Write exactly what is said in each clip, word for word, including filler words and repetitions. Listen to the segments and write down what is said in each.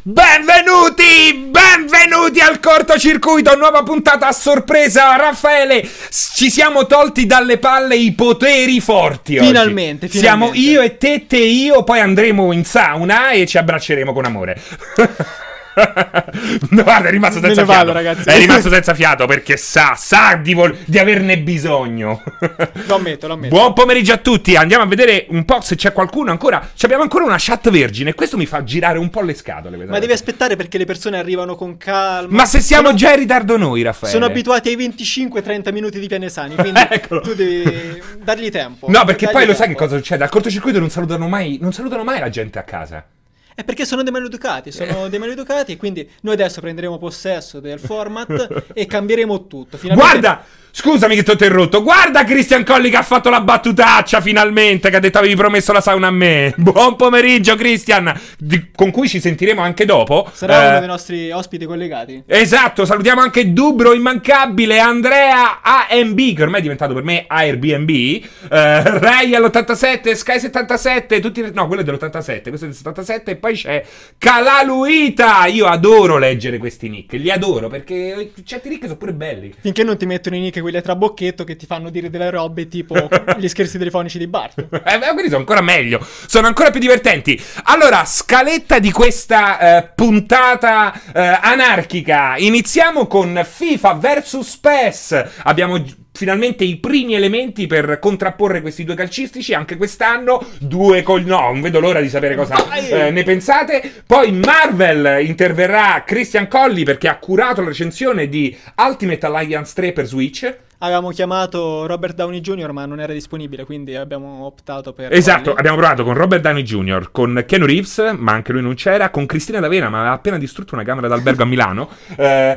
Benvenuti, benvenuti al cortocircuito, nuova puntata a sorpresa. Raffaele, ci siamo tolti dalle palle i poteri forti oggi. Finalmente, finalmente. Siamo io e te, te e io, poi andremo in sauna e ci abbracceremo con amore. No, guarda, è rimasto senza fiato, vado, ragazzi. È rimasto senza fiato perché sa, sa di, vol- di averne bisogno. Lo ammetto, lo ammetto. Buon pomeriggio a tutti. Andiamo a vedere un po' se c'è qualcuno ancora. Ci abbiamo ancora una chat vergine. Questo mi fa girare un po' le scatole. Ma vedete? devi aspettare perché le persone arrivano con calma. Ma se siamo sono, già in ritardo noi, Raffaele. sono abituati ai venticinque trenta minuti di Pianesani, quindi Eccolo. tu devi dargli tempo. No, perché dargli poi lo tempo. sai che cosa succede? Al cortocircuito non salutano mai, non salutano mai la gente a casa. È perché sono dei maleducati, sono dei maleducati e quindi noi adesso prenderemo possesso del format e cambieremo tutto. Finalmente... Guarda! Scusami che ti ho interrotto. Guarda Christian Colli che ha fatto la battutaccia finalmente, che ha detto avevi promesso la sauna a me. Buon pomeriggio Christian, di, con cui ci sentiremo anche dopo. Sarà eh, uno dei nostri ospiti collegati. Esatto, salutiamo anche Dubro immancabile, Andrea A M B, che ormai è diventato per me Airbnb, eh, Ray all'ottantasette, Sky settantasette, tutti, no, quello è dell'ottantasette, questo è del settantasette, e poi c'è Calaluita. Io adoro leggere questi nick, li adoro perché certi nick sono pure belli. Finché non ti mettono i nick quelli a trabocchetto che ti fanno dire delle robe tipo gli scherzi telefonici di Bart. Eh, beh, quelli sono ancora meglio, sono ancora più divertenti. Allora, scaletta di questa eh, puntata eh, anarchica. Iniziamo con FIFA versus PES. Abbiamo finalmente i primi elementi per contrapporre questi due calcistici. Anche quest'anno due col no, non vedo l'ora di sapere cosa eh, ne pensate. Poi Marvel interverrà Christian Colli perché ha curato la recensione di Ultimate Alliance tre per Switch. Avevamo chiamato Robert Downey junior ma non era disponibile, quindi abbiamo optato per... Esatto, Colli. abbiamo provato con Robert Downey junior, con Keanu Reeves, ma anche lui non c'era, con Cristina D'Avena, ma aveva appena distrutto una camera d'albergo a Milano. Eh,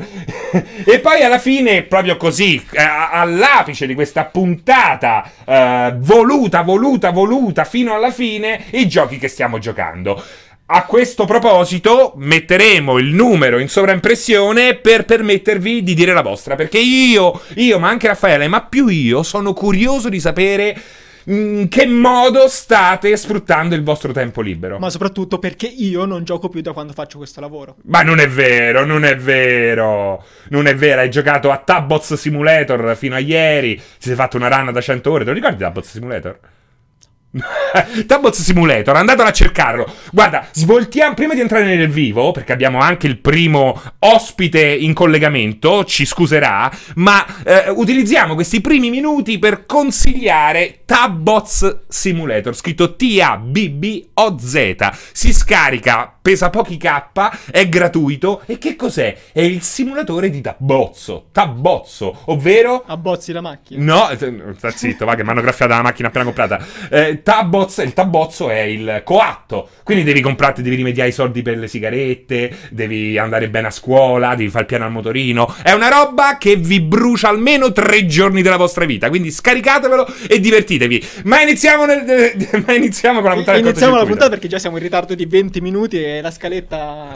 e poi alla fine, proprio così, eh, all'apice di questa puntata, eh, voluta, voluta, voluta, fino alla fine, i giochi che stiamo giocando. A questo proposito metteremo il numero in sovraimpressione per permettervi di dire la vostra, perché io, io ma anche Raffaele, ma più io, sono curioso di sapere in che modo state sfruttando il vostro tempo libero. Ma soprattutto perché io non gioco più da quando faccio questo lavoro. Ma non è vero, non è vero, non è vero, hai giocato a Tabbots Simulator fino a ieri, ti sei fatto una run da cento ore, te lo ricordi Tabbots Simulator? Tabbots Simulator, andatelo a cercarlo. Guarda, svoltiamo prima di entrare nel vivo, perché abbiamo anche il primo ospite in collegamento, ci scuserà, ma eh, utilizziamo questi primi minuti per consigliare Tabbots Simulator, scritto T A B B O Z. Si scarica, pesa pochi K, è gratuito. E che cos'è? È il simulatore di tabbozzo, tabbozzo, ovvero... Abbozzi la macchina. No, sta zitto, va che mi hanno graffiato la macchina appena comprata. Eh, Tabboz, il tabbozzo è il coatto, quindi devi comprarti, devi rimediare i soldi per le sigarette, devi andare bene a scuola, devi fare il piano al motorino. È una roba che vi brucia almeno tre giorni della vostra vita, quindi scaricatevelo e divertitevi. Ma iniziamo, nel, eh, ma iniziamo con la puntata. Iniziamo la puntata perché già siamo in ritardo di venti minuti e la scaletta...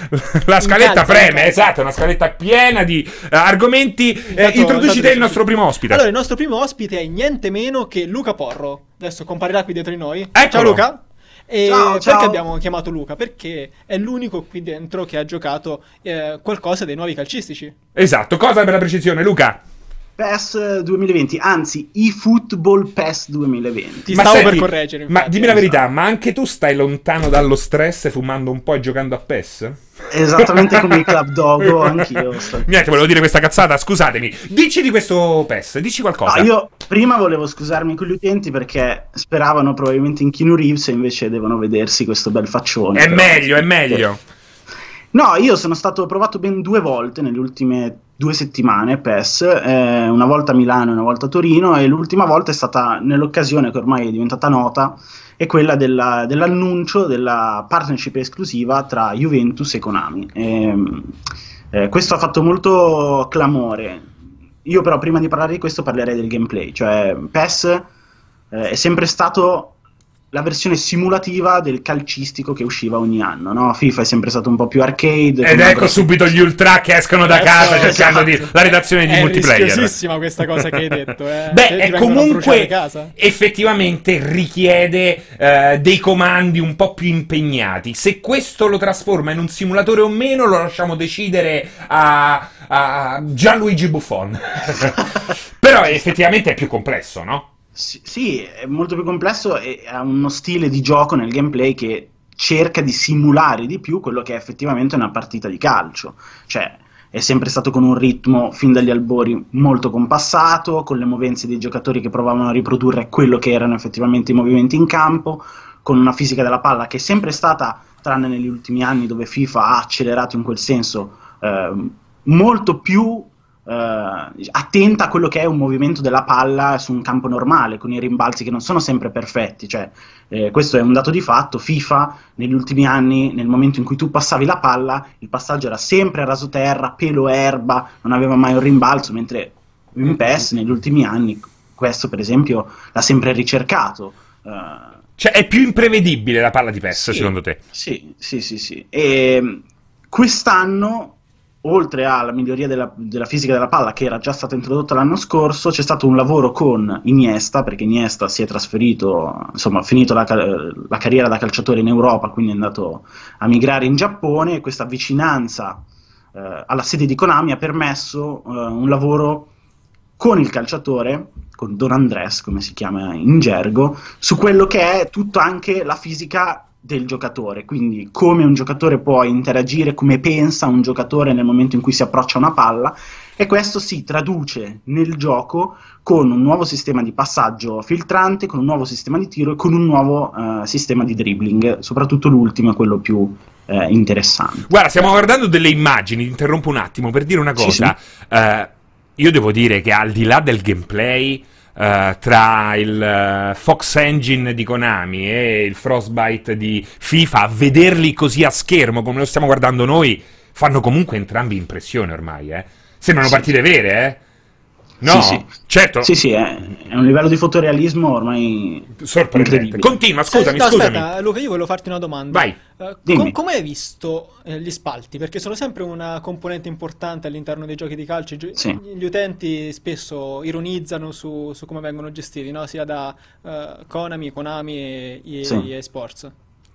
La scaletta incalza, preme, incalza. Esatto, una scaletta piena di uh, argomenti. Eh, Intanto- introduci te intanto- il nostro primo ospite. Allora, il nostro primo ospite è niente meno che Luca Porro. Adesso comparirà qui dietro di noi. Eccolo. Ciao Luca. E Ciao, perché ciao. abbiamo chiamato Luca? Perché è l'unico qui dentro che ha giocato eh, qualcosa dei nuovi calcistici. Esatto, cosa per la precisione, Luca? PES duemilaventi, anzi eFootball PES duemilaventi. Ti Ma stavo senti, per correggere, Ma infatti. dimmi la verità, ma anche tu stai lontano dallo stress fumando un po' e giocando a PES? Esattamente come il Club Dogo, anch'io sto... Niente, volevo dire questa cazzata, scusatemi. Dici di questo PES, dici qualcosa. No, io prima volevo scusarmi con gli utenti perché speravano probabilmente in Keanu Reeves e invece devono vedersi questo bel faccione. È però- meglio, è meglio. No, io sono stato provato ben due volte nelle ultime due settimane PES, eh, una volta a Milano e una volta a Torino, e l'ultima volta è stata nell'occasione che ormai è diventata nota, è quella della, dell'annuncio della partnership esclusiva tra Juventus e Konami. E, eh, questo ha fatto molto clamore. Io però prima di parlare di questo parlerei del gameplay, cioè PES eh, è sempre stato la versione simulativa del calcistico che usciva ogni anno, no? FIFA è sempre stato un po' più arcade. Ed ecco subito gli ultra che escono da casa Esatto, cercando di, la redazione di è multiplayer. È rischiosissima questa cosa che hai detto. Eh. Beh, Ti è vengono a bruciare comunque casa? effettivamente richiede eh, dei comandi un po' più impegnati. Se questo lo trasforma in un simulatore o meno lo lasciamo decidere a, a Gianluigi Buffon. Però effettivamente è più complesso, no? Sì, sì, è molto più complesso e ha uno stile di gioco nel gameplay che cerca di simulare di più quello che è effettivamente una partita di calcio. Cioè, è sempre stato con un ritmo fin dagli albori molto compassato, con le movenze dei giocatori che provavano a riprodurre quello che erano effettivamente i movimenti in campo, con una fisica della palla che è sempre stata, tranne negli ultimi anni dove FIFA ha accelerato in quel senso, eh, molto più Uh, attenta a quello che è un movimento della palla su un campo normale, con i rimbalzi che non sono sempre perfetti. Cioè, eh, questo è un dato di fatto. FIFA negli ultimi anni, nel momento in cui tu passavi la palla, il passaggio era sempre a rasoterra, pelo erba, non aveva mai un rimbalzo, mentre in P E S negli ultimi anni questo per esempio l'ha sempre ricercato. Uh, cioè è più imprevedibile la palla di P E S, sì, secondo te? Sì, sì, sì, sì. E quest'anno, oltre alla miglioria della, della fisica della palla che era già stata introdotta l'anno scorso, c'è stato un lavoro con Iniesta, perché Iniesta si è trasferito, insomma ha finito la, la carriera da calciatore in Europa, quindi è andato a migrare in Giappone, e questa vicinanza eh, alla sede di Konami ha permesso eh, un lavoro con il calciatore, con Don Andrés, come si chiama in gergo, su quello che è tutto anche la fisica del giocatore, quindi come un giocatore può interagire, come pensa un giocatore nel momento in cui si approccia a una palla, e questo si traduce nel gioco con un nuovo sistema di passaggio filtrante, con un nuovo sistema di tiro e con un nuovo uh, sistema di dribbling, soprattutto l'ultimo è quello più uh, interessante. Guarda, stiamo guardando delle immagini, ti interrompo un attimo per dire una cosa. Sì, sì. Uh, io devo dire che al di là del gameplay, Uh, tra il uh, Fox Engine di Konami e il Frostbite di FIFA, a vederli così a schermo come lo stiamo guardando noi, fanno comunque entrambi impressione ormai, eh? Sembrano sì, partite sì. vere, eh? No, sì, sì. certo. Sì, sì, è, è un livello di fotorealismo ormai sorprendente. Continua, scusami, no, scusami. Aspetta, Luca, io volevo farti una domanda. Vai. Uh, com- come hai visto eh, gli spalti? Perché sono sempre una componente importante all'interno dei giochi di calcio. Gi- sì. Gli utenti spesso ironizzano su, su come vengono gestiti, no? Sia da uh, Konami, Konami e E A, sì. E A Sports.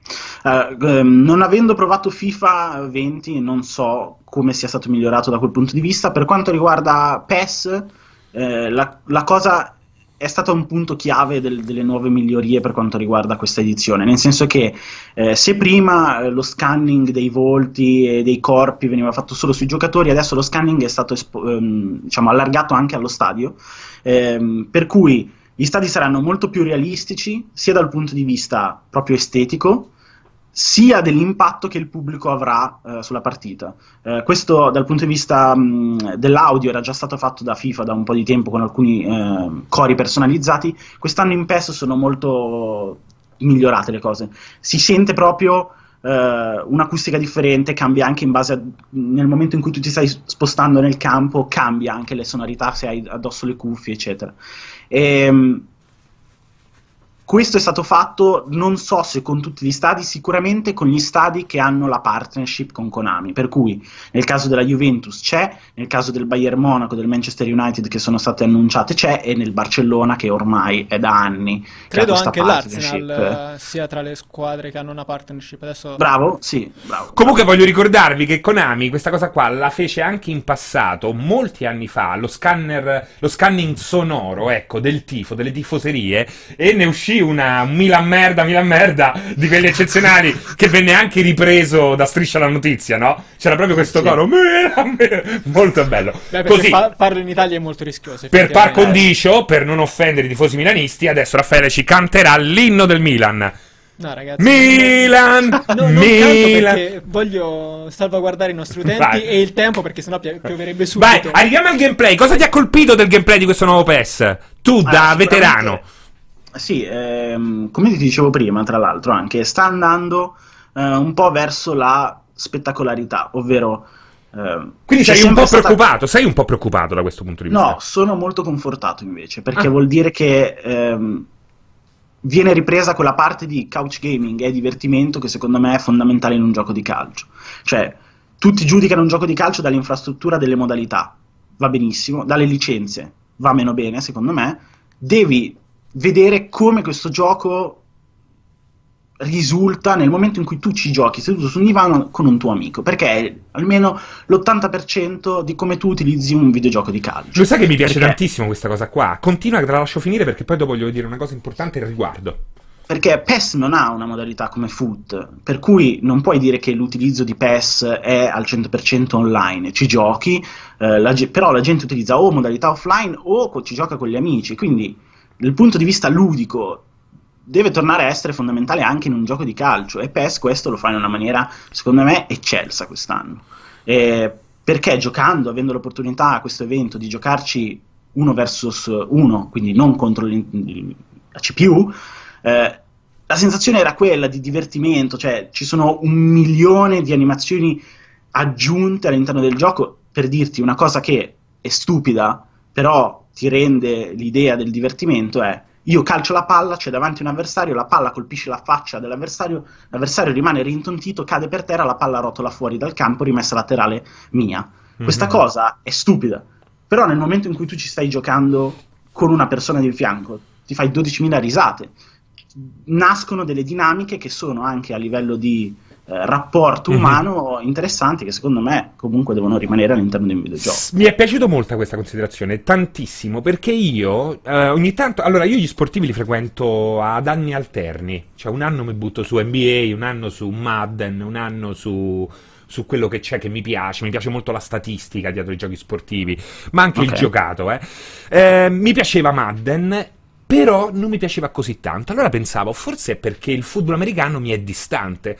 Uh, um, non avendo provato FIFA venti, non so come sia stato migliorato da quel punto di vista. Per quanto riguarda P E S, eh, la, la cosa è stata un punto chiave del, delle nuove migliorie per quanto riguarda questa edizione, nel senso che eh, se prima eh, lo scanning dei volti e dei corpi veniva fatto solo sui giocatori, adesso lo scanning è stato espo- ehm, diciamo, allargato anche allo stadio, ehm, per cui gli stadi saranno molto più realistici sia dal punto di vista proprio estetico, sia dell'impatto che il pubblico avrà uh, sulla partita. Uh, questo dal punto di vista mh, dell'audio era già stato fatto da FIFA da un po' di tempo con alcuni uh, cori personalizzati. Quest'anno in P E S sono molto migliorate le cose. Si sente proprio uh, un'acustica differente, cambia anche in base a, nel momento in cui tu ti stai spostando nel campo, cambia anche le sonorità se hai addosso le cuffie, eccetera. E, questo è stato fatto, non so se con tutti gli stadi, sicuramente con gli stadi che hanno la partnership con Konami, per cui nel caso della Juventus c'è, nel caso del Bayern Monaco, del Manchester United che sono state annunciate c'è, e nel Barcellona che ormai è da anni credo anche l'Arsenal sia tra le squadre che hanno una partnership adesso. Bravo, sì, bravo. Comunque voglio ricordarvi che Konami questa cosa qua la fece anche in passato, molti anni fa, lo scanner, lo scanning sonoro, ecco, del tifo, delle tifoserie, e ne uscì una un Milan merda, Milan merda di quelli eccezionali che venne anche ripreso da Striscia la Notizia, no? C'era proprio questo sì. coro Milan, Milan, molto bello. Beh, così fa- farlo in Italia è molto rischioso. Per par condicio, per non offendere i tifosi milanisti, adesso Raffaele ci canterà l'inno del Milan. No, ragazzi, Milan, no, non Milan. Perché voglio salvaguardare i nostri utenti Vai. e il tempo, perché sennò pi- pioverebbe subito. Vai, arriviamo al gameplay. Cosa ti ha colpito del gameplay di questo nuovo P E S? Tu da ah, veterano. Sì, ehm, come ti dicevo prima, tra l'altro, anche sta andando eh, un po' verso la spettacolarità, ovvero... Eh, Quindi sei un po' stata... preoccupato, sei un po' preoccupato da questo punto di vista? No, sono molto confortato invece, perché ah. vuol dire che ehm, viene ripresa quella parte di couch gaming e divertimento che secondo me è fondamentale in un gioco di calcio. Cioè, tutti giudicano un gioco di calcio dall'infrastruttura delle modalità, va benissimo, dalle licenze, va meno bene secondo me, devi vedere come questo gioco risulta nel momento in cui tu ci giochi seduto su un divano con un tuo amico, perché è almeno l'ottanta per cento di come tu utilizzi un videogioco di calcio. Lo sai che mi piace perché... tantissimo questa cosa qua? Continua, te la lascio finire perché poi dopo voglio dire una cosa importante al riguardo. Perché P E S non ha una modalità come Foot, per cui non puoi dire che l'utilizzo di P E S è al cento per cento online, ci giochi, eh, la, però la gente utilizza o modalità offline o ci gioca con gli amici, quindi dal punto di vista ludico deve tornare a essere fondamentale anche in un gioco di calcio, e P E S questo lo fa in una maniera, secondo me, eccelsa quest'anno. E perché giocando, avendo l'opportunità a questo evento di giocarci uno versus uno, quindi non contro la C P U, eh, la sensazione era quella di divertimento, cioè ci sono un milione di animazioni aggiunte all'interno del gioco, per dirti una cosa che è stupida, però ti rende l'idea del divertimento, è: io calcio la palla, c'è davanti un avversario, la palla colpisce la faccia dell'avversario, l'avversario rimane rintontito, cade per terra, la palla rotola fuori dal campo, rimessa laterale mia. Mm-hmm. Questa cosa è stupida, però nel momento in cui tu ci stai giocando con una persona di fianco, ti fai dodicimila risate. Nascono delle dinamiche che sono anche a livello di eh, rapporto umano mm-hmm. interessanti, che secondo me comunque devono rimanere all'interno di un videogioco. Mi è piaciuta molto questa considerazione, tantissimo, perché io eh, ogni tanto, allora io gli sportivi li frequento ad anni alterni, cioè un anno mi butto su N B A, un anno su Madden, un anno su su quello che c'è che mi piace, mi piace molto la statistica dietro i giochi sportivi, ma anche okay. il giocato, eh. Eh, mi piaceva Madden, però non mi piaceva così tanto. Allora pensavo, forse è perché il football americano mi è distante.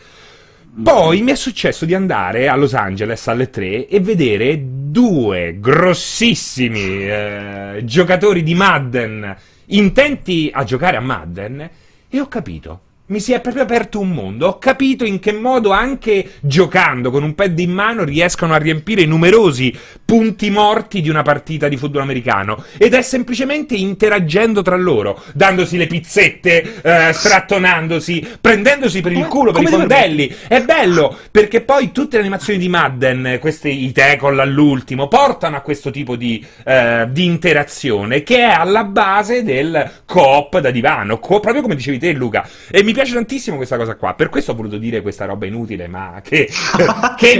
Poi mi è successo di andare a Los Angeles alle tre e vedere due grossissimi eh, giocatori di Madden intenti a giocare a Madden, e ho capito. Mi si è proprio aperto un mondo, ho capito in che modo anche giocando con un pad in mano riescono a riempire i numerosi punti morti di una partita di football americano, ed è semplicemente interagendo tra loro, dandosi le pizzette, eh, strattonandosi, prendendosi per il culo, per i fondelli. È bello, perché poi tutte le animazioni di Madden, questi, i tackle all'ultimo, portano a questo tipo di, eh, di interazione che è alla base del co-op da divano, co- proprio come dicevi te, Luca, e mi piace tantissimo questa cosa qua, per questo ho voluto dire questa roba inutile, ma che, che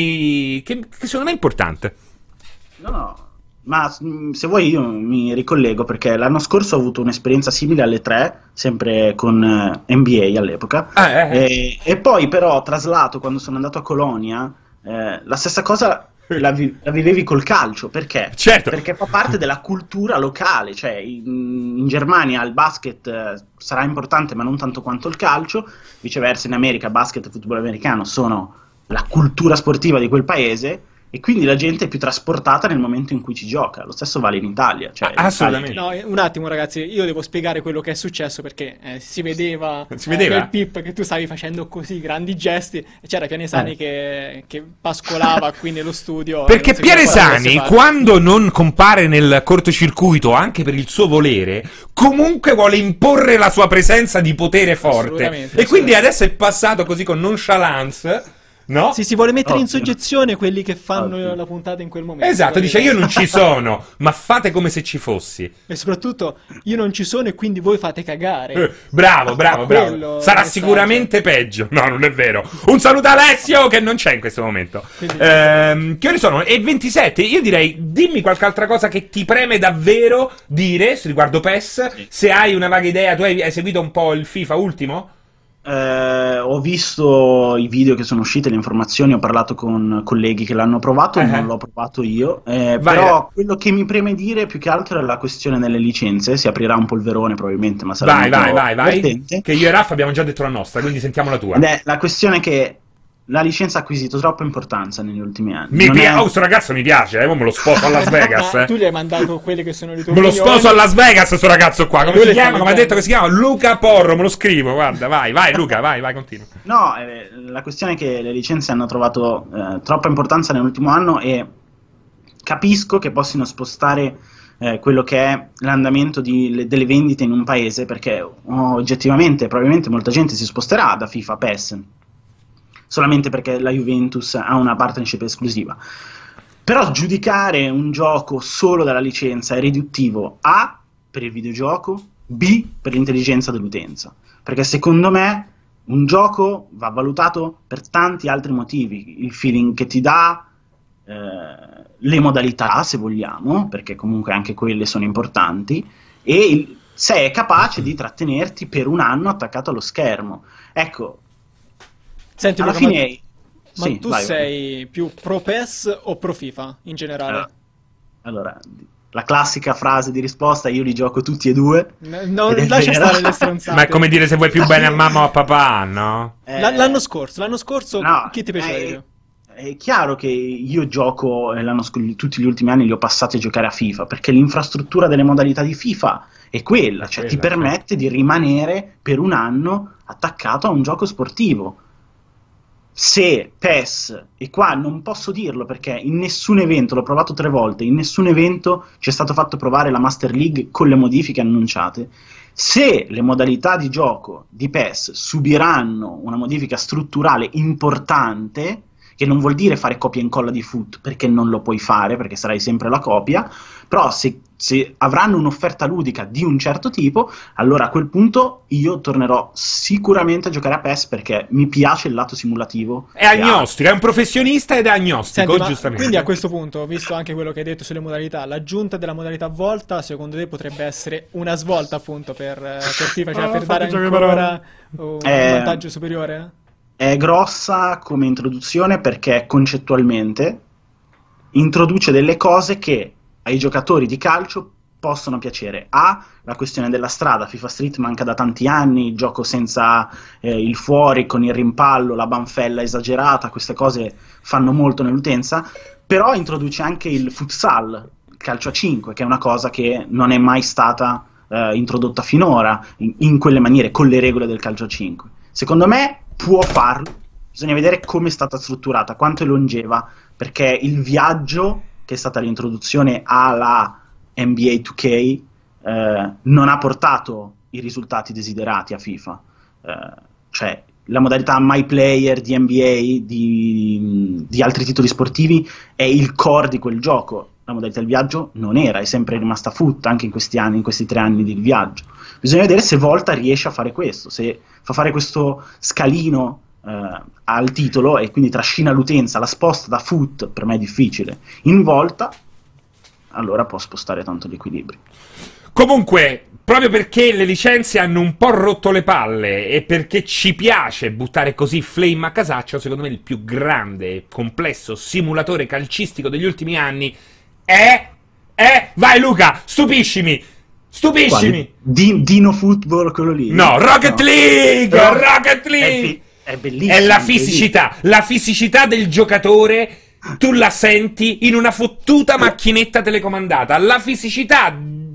mi che, che secondo me è importante. No, no, ma se vuoi io mi ricollego, perché l'anno scorso ho avuto un'esperienza simile alle tre, sempre con uh, N B A all'epoca, ah, eh, eh. E, e poi però ho traslato, quando sono andato a Colonia, eh, la stessa cosa la, vi- la vivevi col calcio. Perché? Certo. Perché fa parte della cultura locale, cioè in, in Germania il basket eh, sarà importante ma non tanto quanto il calcio, viceversa in America basket e football americano sono la cultura sportiva di quel paese, e quindi la gente è più trasportata nel momento in cui ci gioca. Lo stesso vale in Italia, cioè ah, assolutamente. No, un attimo ragazzi, io devo spiegare quello che è successo, perché eh, si vedeva, si vedeva? Eh, nel Pip che tu stavi facendo così grandi gesti, e c'era Pianesani eh. che, che pascolava qui nello studio, perché Pianesani, quando non compare nel cortocircuito anche per il suo volere, comunque vuole imporre la sua presenza di potere forte, e quindi adesso è passato così con nonchalance. No? Sì, si vuole mettere Ottimo. in soggezione quelli che fanno Ottimo. la puntata in quel momento. Esatto, dice io non ci sono, ma fate come se ci fossi. E soprattutto io non ci sono e quindi voi fate cagare. Eh, bravo, bravo, bravo. Sarà sicuramente peggio. No, non è vero. Un saluto a Alessio che non c'è in questo momento. Ehm, che ore sono? E ventisette. Io direi, dimmi qualche altra cosa che ti preme davvero dire riguardo P E S. Sì. Se hai una vaga idea, tu hai, hai seguito un po' il FIFA ultimo? Eh, ho visto i video che sono usciti, le informazioni, ho parlato con colleghi che l'hanno provato, uh-huh. non l'ho provato io, eh, però quello che mi preme dire più che altro è la questione delle licenze. Si aprirà un polverone probabilmente, ma sarà vai vai vai vai che io e Raffa abbiamo già detto la nostra, quindi sentiamo la tua. Ed è la questione che la licenza ha acquisito troppa importanza negli ultimi anni. Mi piace, è... oh, sto ragazzo mi piace, eh, me lo sposo a Las Vegas. Eh. Tu gli hai mandato quelle che sono le tue Me lo sposo a Las Vegas, sto ragazzo qua. Come si chiama? Come ha detto che si chiama? Luca Porro, me lo scrivo, guarda, vai, vai Luca, vai, vai, continua. No, eh, la questione è che le licenze hanno trovato eh, troppa importanza nell'ultimo anno, e capisco che possano spostare eh, quello che è l'andamento di, le, delle vendite in un paese, perché oh, oggettivamente probabilmente molta gente si sposterà da FIFA a PES solamente perché la Juventus ha una partnership esclusiva. Però giudicare un gioco solo dalla licenza è riduttivo A per il videogioco, B per l'intelligenza dell'utenza, perché secondo me un gioco va valutato per tanti altri motivi, il feeling che ti dà, eh, le modalità se vogliamo, perché comunque anche quelle sono importanti, e il, se è capace di trattenerti per un anno attaccato allo schermo. Ecco, senti, alla Luca, fine... ma, sì, ma tu vai, sei vai. più pro PES o pro FIFA in generale? Allora, allora, la classica frase di risposta, io li gioco tutti e due. No, non ed è lascia vero. stare le stronzate. Ma è come dire se vuoi più bene a mamma o a papà, no? Eh, L- l'anno scorso, l'anno scorso no, chi ti piaceva di eh, più? È chiaro che io gioco, eh, l'anno sc- tutti gli ultimi anni li ho passati a giocare a FIFA, perché l'infrastruttura delle modalità di FIFA è quella, È cioè quella, ti permette di rimanere per un anno attaccato a un gioco sportivo. Se PES, e qua non posso dirlo perché in nessun evento, l'ho provato tre volte, in nessun evento ci è stato fatto provare la Master League con le modifiche annunciate, se le modalità di gioco di PES subiranno una modifica strutturale importante, che non vuol dire fare copia e incolla di foot, perché non lo puoi fare, perché sarai sempre la copia, però se, se avranno un'offerta ludica di un certo tipo, allora a quel punto io tornerò sicuramente a giocare a PES, perché mi piace il lato simulativo. È agnostico, è un professionista ed è agnostico, Senti, ma giustamente. quindi a questo punto, visto anche quello che hai detto sulle modalità, l'aggiunta della modalità volta, secondo te potrebbe essere una svolta appunto per, per FIFA, cioè Oh, per dare fate ancora un Eh, vantaggio superiore? È grossa come introduzione perché concettualmente introduce delle cose che ai giocatori di calcio possono piacere. A, la questione della strada, FIFA Street manca da tanti anni, il gioco senza eh, il fuori, con il rimpallo, la banfella esagerata, queste cose fanno molto nell'utenza, però introduce anche il futsal, il calcio a cinque, che è una cosa che non è mai stata eh, introdotta finora in, in quelle maniere, con le regole del calcio a cinque. Secondo me può farlo, bisogna vedere come è stata strutturata, quanto è longeva, perché il viaggio, che è stata l'introduzione alla N B A due K, eh, non ha portato i risultati desiderati a FIFA. Eh, cioè, la modalità My Player di N B A, di, di altri titoli sportivi, è il core di quel gioco. La modalità del viaggio non era, è sempre rimasta foot anche in questi anni, in questi tre anni di viaggio. Bisogna vedere se Volta riesce a fare questo, se fa fare questo scalino eh, al titolo e quindi trascina l'utenza, la sposta da foot, per me è difficile, in Volta, allora può spostare tanto l'equilibrio. Comunque, proprio perché le licenze hanno un po' rotto le palle e perché ci piace buttare così Flame a casaccio, secondo me il più grande e complesso simulatore calcistico degli ultimi anni è... è... Vai Luca, stupiscimi! Stupiscimi! Di, Dino Football, quello lì? No, Rocket No. League! Però Rocket è League! be- È, bellissimo. È la è fisicità, la fisicità del giocatore, tu la senti in una fottuta macchinetta telecomandata, la fisicità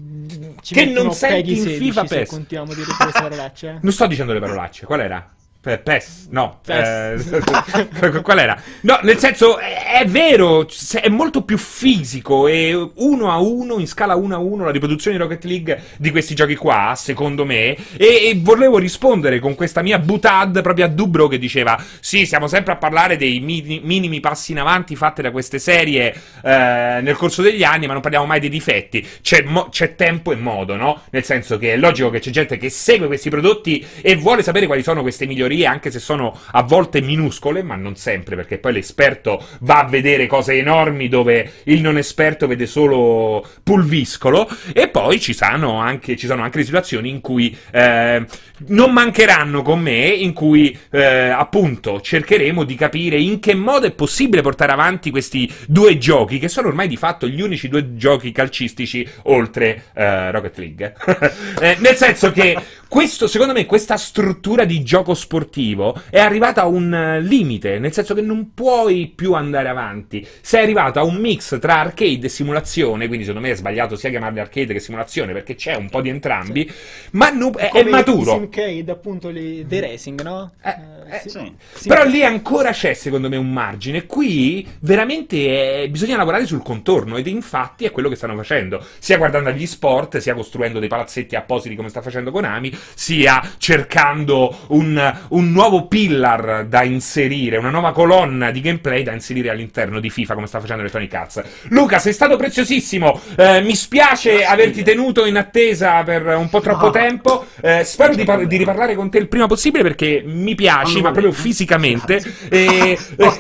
Ci che mettono non senti Peggy in sedici FIFA se PES. continuiamo a dire queste parolacce. eh. Non sto dicendo le parolacce, qual era? Pe- PES, no. PES. Eh, qual era? No, nel senso, è, è vero, se- è molto più fisico e uno a uno, in scala uno a uno, la riproduzione di Rocket League di questi giochi qua, secondo me, e, e volevo rispondere con questa mia butad proprio a Dubro che diceva, sì, siamo sempre a parlare dei mini- minimi passi in avanti fatte da queste serie eh, nel corso degli anni, ma non parliamo mai dei difetti. C'è, mo- c'è tempo e modo, no? Nel senso che è logico che c'è gente che segue questi prodotti e vuole sapere quali sono queste migliorie, anche se sono a volte minuscole, ma non sempre, perché poi l'esperto va a vedere cose enormi dove il non esperto vede solo pulviscolo. E poi ci sono anche, ci sono anche le situazioni in cui eh, non mancheranno con me, in cui eh, appunto cercheremo di capire in che modo è possibile portare avanti questi due giochi, che sono ormai di fatto gli unici due giochi calcistici oltre eh, Rocket League. eh, nel senso che questo, secondo me, questa struttura di gioco sportivo è arrivata a un eh, limite, nel senso che non puoi più andare avanti. Sei arrivato a un mix tra arcade e simulazione, quindi secondo me è sbagliato sia chiamarli arcade che simulazione, perché c'è un po' di entrambi, sì. ma no, è, è maturo. I simcade, appunto, li, dei racing, no? Eh, eh, sì. sì. Sì. Però lì ancora c'è, secondo me, un margine. Qui veramente è, bisogna lavorare sul contorno, ed infatti è quello che stanno facendo, sia guardando agli sport, sia costruendo dei palazzetti appositi come sta facendo Konami, sia cercando un, un nuovo pillar da inserire, una nuova colonna di gameplay da inserire all'interno di FIFA come sta facendo Electronic Arts. Luca, sei stato preziosissimo, eh, mi spiace averti tenuto in attesa per un po' troppo no. tempo, eh, spero di, par- di riparlare con te il prima possibile perché mi piaci, ma proprio fisicamente, e,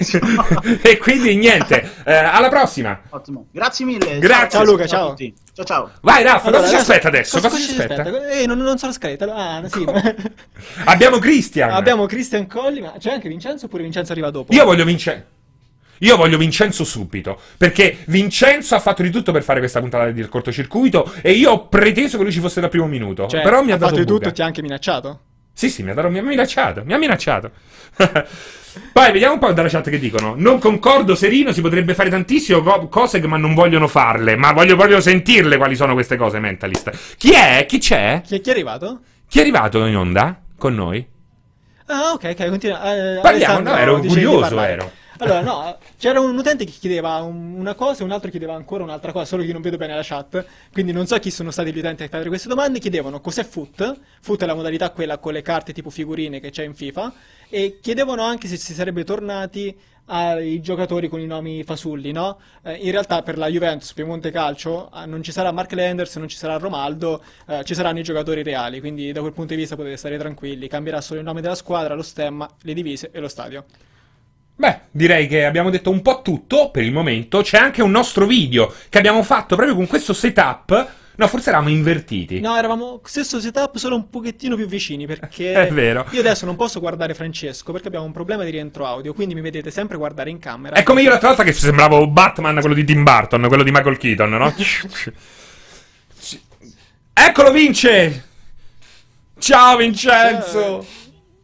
e quindi niente, eh, alla prossima. Ottimo, grazie mille. Grazie. Ciao Luca, ciao. Ciao, ciao, ciao. Vai Raffa, Allora, cosa ci adesso- aspetta adesso? Cosa, Cosa ci aspetta? aspetta? Eh, non, non so la scaletta. Ah, sì. Abbiamo Christian. Abbiamo Christian Colli, ma c'è anche Vincenzo oppure Vincenzo arriva dopo? Io voglio Vincenzo. Io voglio Vincenzo subito, perché Vincenzo ha fatto di tutto per fare questa puntata del cortocircuito e io ho preteso che lui ci fosse dal primo minuto. Cioè, però mi ha, ha dato fatto di buca. tutto, ti ha anche minacciato? Sì, sì, mi ha, dato, mi ha minacciato, mi ha minacciato. Poi vediamo un po' dalla chat che dicono. Non concordo, Serino, si potrebbe fare tantissimo co- cose ma non vogliono farle, ma voglio proprio sentirle quali sono queste cose, Mentalist. Chi è? Chi c'è? Chi è, chi è arrivato? Chi è arrivato in onda con noi? Ah, ok, ok, continua. Eh, Parliamo, Alessandro no, ero dice di curioso, parlare. ero. Allora, no, c'era un utente che chiedeva un- una cosa e un altro chiedeva ancora un'altra cosa, solo che io non vedo bene la chat, quindi non so chi sono stati gli utenti a fare queste domande. Chiedevano cos'è Foot, Foot è la modalità quella con le carte tipo figurine che c'è in FIFA, e chiedevano anche se si sarebbe tornati ai giocatori con i nomi fasulli, no? Eh, in realtà per la Juventus, Piemonte Calcio, eh, non ci sarà Mark Lenders, non ci sarà Romaldo, eh, ci saranno i giocatori reali, quindi da quel punto di vista potete stare tranquilli, cambierà solo il nome della squadra, lo stemma, le divise e lo stadio. Beh, direi che abbiamo detto un po' tutto per il momento. C'è anche un nostro video che abbiamo fatto proprio con questo setup. No, forse eravamo invertiti. No, eravamo stesso setup, solo un pochettino più vicini, perché È vero. io adesso non posso guardare Francesco perché abbiamo un problema di rientro audio, quindi mi vedete sempre guardare in camera. È come io l'altra volta che sembravo Batman, quello di Tim Burton, quello di Michael Keaton, no? Eccolo, Vince! Ciao, Vincenzo!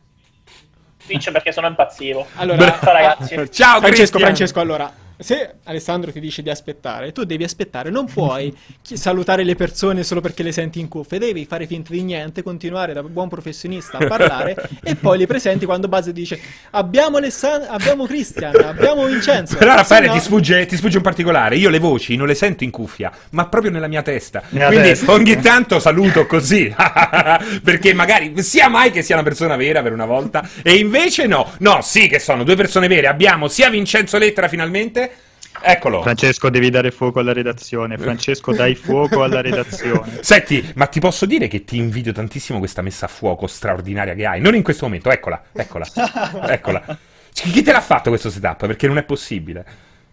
Vince perché sono impazzivo. Allora, Ciao ragazzi. Ciao, Francesco, Cristian. Francesco, allora, se Alessandro ti dice di aspettare, tu devi aspettare, non puoi chi- salutare le persone solo perché le senti in cuffia, devi fare finta di niente, continuare da buon professionista a parlare e poi li presenti quando Buzz dice abbiamo Alessandro, abbiamo Cristian, abbiamo Vincenzo. Però Raffaele Se no- ti, sfugge, ti sfugge un particolare. Io le voci non le sento in cuffia, ma proprio nella mia testa. Nella Quindi testa. ogni tanto saluto così. Perché magari sia mai che sia una persona vera per una volta. E invece no. No, sì che sono due persone vere. Abbiamo sia Vincenzo Lettera finalmente. Eccolo. Francesco, devi dare fuoco alla redazione. Francesco, dai fuoco alla redazione. Senti, ma ti posso dire che ti invidio tantissimo questa messa a fuoco straordinaria che hai. Non in questo momento, eccola, eccola, eccola. Chi te l'ha fatto questo setup? Perché non è possibile.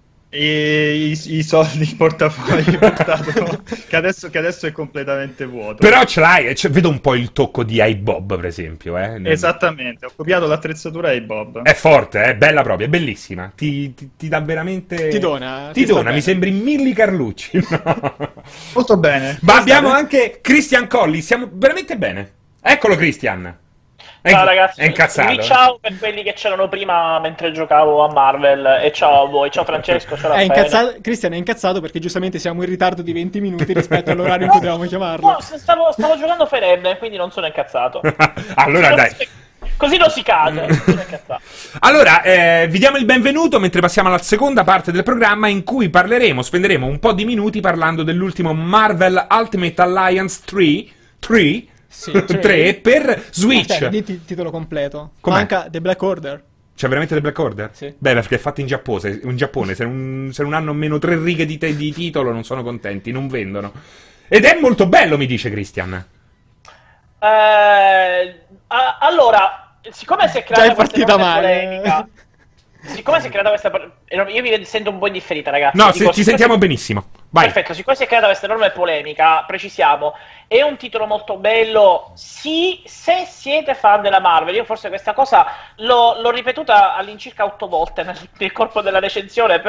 E i, i soldi in portafoglio portato, che, adesso, che adesso è completamente vuoto. Però ce l'hai, cioè, vedo un po' il tocco di iBob, per esempio. Eh? Esattamente, ho copiato l'attrezzatura ai Bob. È forte, è bella proprio, è bellissima. Ti, ti, ti dà veramente. Ti dona, Ti ti sta dona, mi bene. sembri Milli Carlucci. No. Molto bene. Ma abbiamo anche Christian Colli, siamo veramente bene. Eccolo, Christian. È Ciao in- ragazzi, È incazzato. Quindi ciao per quelli che c'erano prima mentre giocavo a Marvel e ciao a voi, ciao Francesco, ciao È Raffaele. incazzato, Cristian è incazzato perché giustamente siamo in ritardo di venti minuti rispetto all'orario in cui dovevamo chiamarlo. No, stavo, stavo giocando Fire Emblem, quindi non sono incazzato. Allora, Così dai. non si- Così non si cade, non sono incazzato. Allora, eh, vi diamo il benvenuto mentre passiamo alla seconda parte del programma in cui parleremo, spenderemo un po' di minuti parlando dell'ultimo Marvel Ultimate Alliance tre, tre, Sì, tre. tre per Switch. Aspetta, di ti- titolo completo. Com'è? Manca The Black Order. C'è veramente The Black Order? Sì. Beh, perché è fatto in Giappone, in Giappone se, non, se non hanno meno tre righe di, te- di titolo non sono contenti, non vendono. Ed è molto bello, mi dice Christian. Eh, a- allora, siccome si è Già creata è questa partita enorme male. polemica, siccome si è creata questa po- io mi sento un po' indifferita, ragazzi. No, Dico, se- ti siccome sentiamo si- benissimo. Vai. Perfetto, siccome si è creata questa enorme polemica, precisiamo, è un titolo molto bello, sì, se siete fan della Marvel. Io forse questa cosa l'ho, l'ho ripetuta all'incirca otto volte nel, nel corpo della recensione, però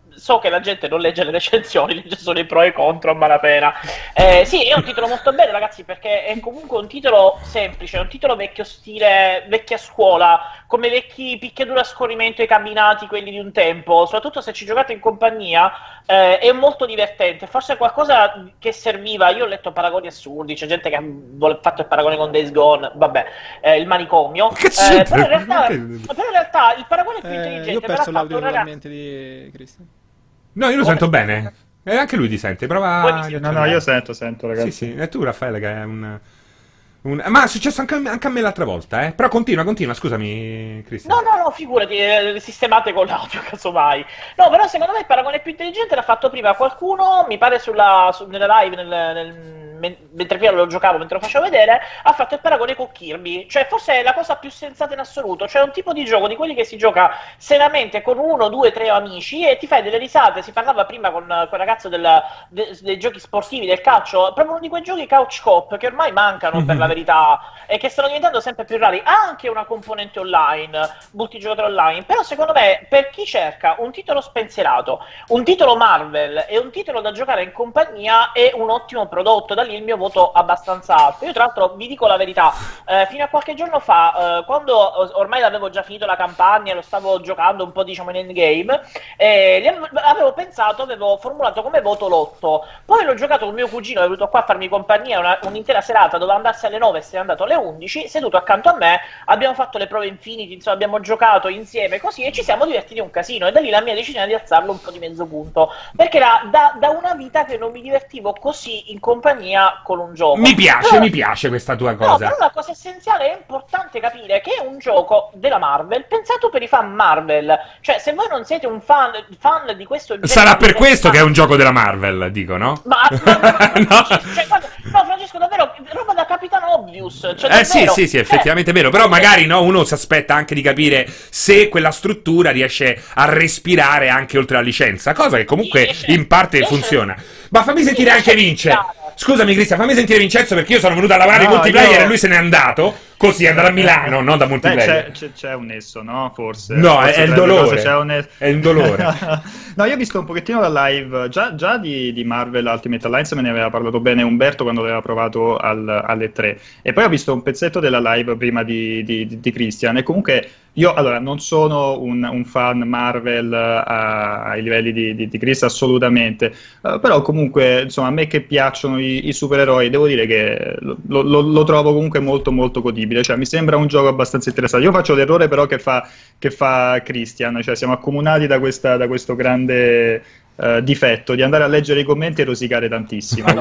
so che la gente non legge le recensioni, legge solo i pro e i contro a malapena. Eh, sì, è un titolo molto bello, ragazzi, perché è comunque un titolo semplice, è un titolo vecchio stile, vecchia scuola, come vecchi picchiaduro a scorrimento e camminati, quelli di un tempo, soprattutto se ci giocate in compagnia, eh, è molto divertente, forse qualcosa che serviva. Io ho letto paragoni assurdi, c'è gente che ha fatto il paragone con Days Gone, vabbè, eh, il manicomio, Che eh, però, in realtà, però in realtà il paragone più Eh, intelligente io ho me l'ha perso fatto l'audio un ragazzo. totalmente di Cristian. No, io lo Come? sento bene. E anche lui ti sente, prova Voi mi a sentite? No, no, io sento, sento, Sì, ragazzi. sì, e tu Raffaele che è un... un- Ma è successo anche a me, anche a me l'altra volta, eh. Però continua, continua, scusami, Cristian. No, no, no, figurati, eh, sistemate con l'audio, casomai. No, però secondo me il paragone più intelligente l'ha fatto prima qualcuno, mi pare sulla, su- nella live, nel, nel- men- mentre prima lo giocavo, mentre lo facevo vedere, ha fatto il paragone con Kirby. Cioè, forse è la cosa più sensata in assoluto. Cioè, un tipo di gioco di quelli che si gioca seriamente con uno, due, tre amici e ti fai delle risate. Si parlava prima con quel ragazzo del- de- dei giochi sportivi, del calcio, proprio uno di quei giochi couch co-op che ormai mancano, per la verità, e che stanno diventando sempre più rari. Ha anche una componente online, multigiocatore online, però secondo me per chi cerca un titolo spensierato, un titolo Marvel e un titolo da giocare in compagnia è un ottimo prodotto. Da lì il mio voto abbastanza alto. Io tra l'altro vi dico la verità, eh, fino a qualche giorno fa, eh, quando ormai avevo già finito la campagna e lo stavo giocando un po' diciamo in endgame, eh, gli ave- avevo pensato, avevo formulato come voto l'otto, poi l'ho giocato con mio cugino, è venuto qua a farmi compagnia una- un'intera serata, doveva andarsi alle nove e se n'è andato alle undici, seduto accanto a me, abbiamo fatto le prove Infinity, insomma abbiamo giocato insieme così e ci siamo divertiti un casino, e da lì la mia decisione di alzarlo un po' di mezzo punto, perché era da, da una vita che non mi divertivo così in compagnia con un gioco. Mi piace, Però- mi piace questa tua No, cosa. però la cosa essenziale è importante capire che è un gioco della Marvel pensato per i fan Marvel. Cioè, se voi non siete un fan, fan di questo genere Sarà per di questo che è un personaggi- gioco della Marvel, dico, no? Ma, ma, ma- ma- No. cioè, guarda, no, Francesco, davvero, roba da Capitan Obvious. Cioè, Eh sì, davvero. sì, sì, Cioè, effettivamente è vero. Però magari no, uno si aspetta anche di capire se quella struttura riesce a respirare anche oltre la licenza, cosa che comunque Riesce- in parte riesce- funziona. Ma fammi sentire riesce anche a Vince. respirare. Scusami Cristian, fammi sentire Vincenzo perché io sono venuto a lavorare in No, multiplayer io- e lui se n'è andato. Così, è andato a Milano, non da Beh, multiplayer. c'è, c'è- c'è un nesso, no? Forse. No, Forse è- è il tra le dolore. cose c'è un nesso. È il dolore. No, io ho visto un pochettino la live, già, già di, di Marvel Ultimate Alliance me ne aveva parlato bene Umberto quando l'aveva provato al- alle tre, e poi ho visto un pezzetto della live prima di, di, di- di Christian, e comunque io allora non sono un, un fan Marvel a- ai livelli di, di, di Chris assolutamente, eh, però comunque insomma a me che piacciono i, i supereroi devo dire che lo, lo- lo trovo comunque molto molto godibile, cioè mi sembra un gioco abbastanza interessante. Io faccio l'errore però che fa, che fa Christian, cioè siamo accomunati da, questa, da questo grande eh, difetto di andare a leggere i commenti e rosicare tantissimo.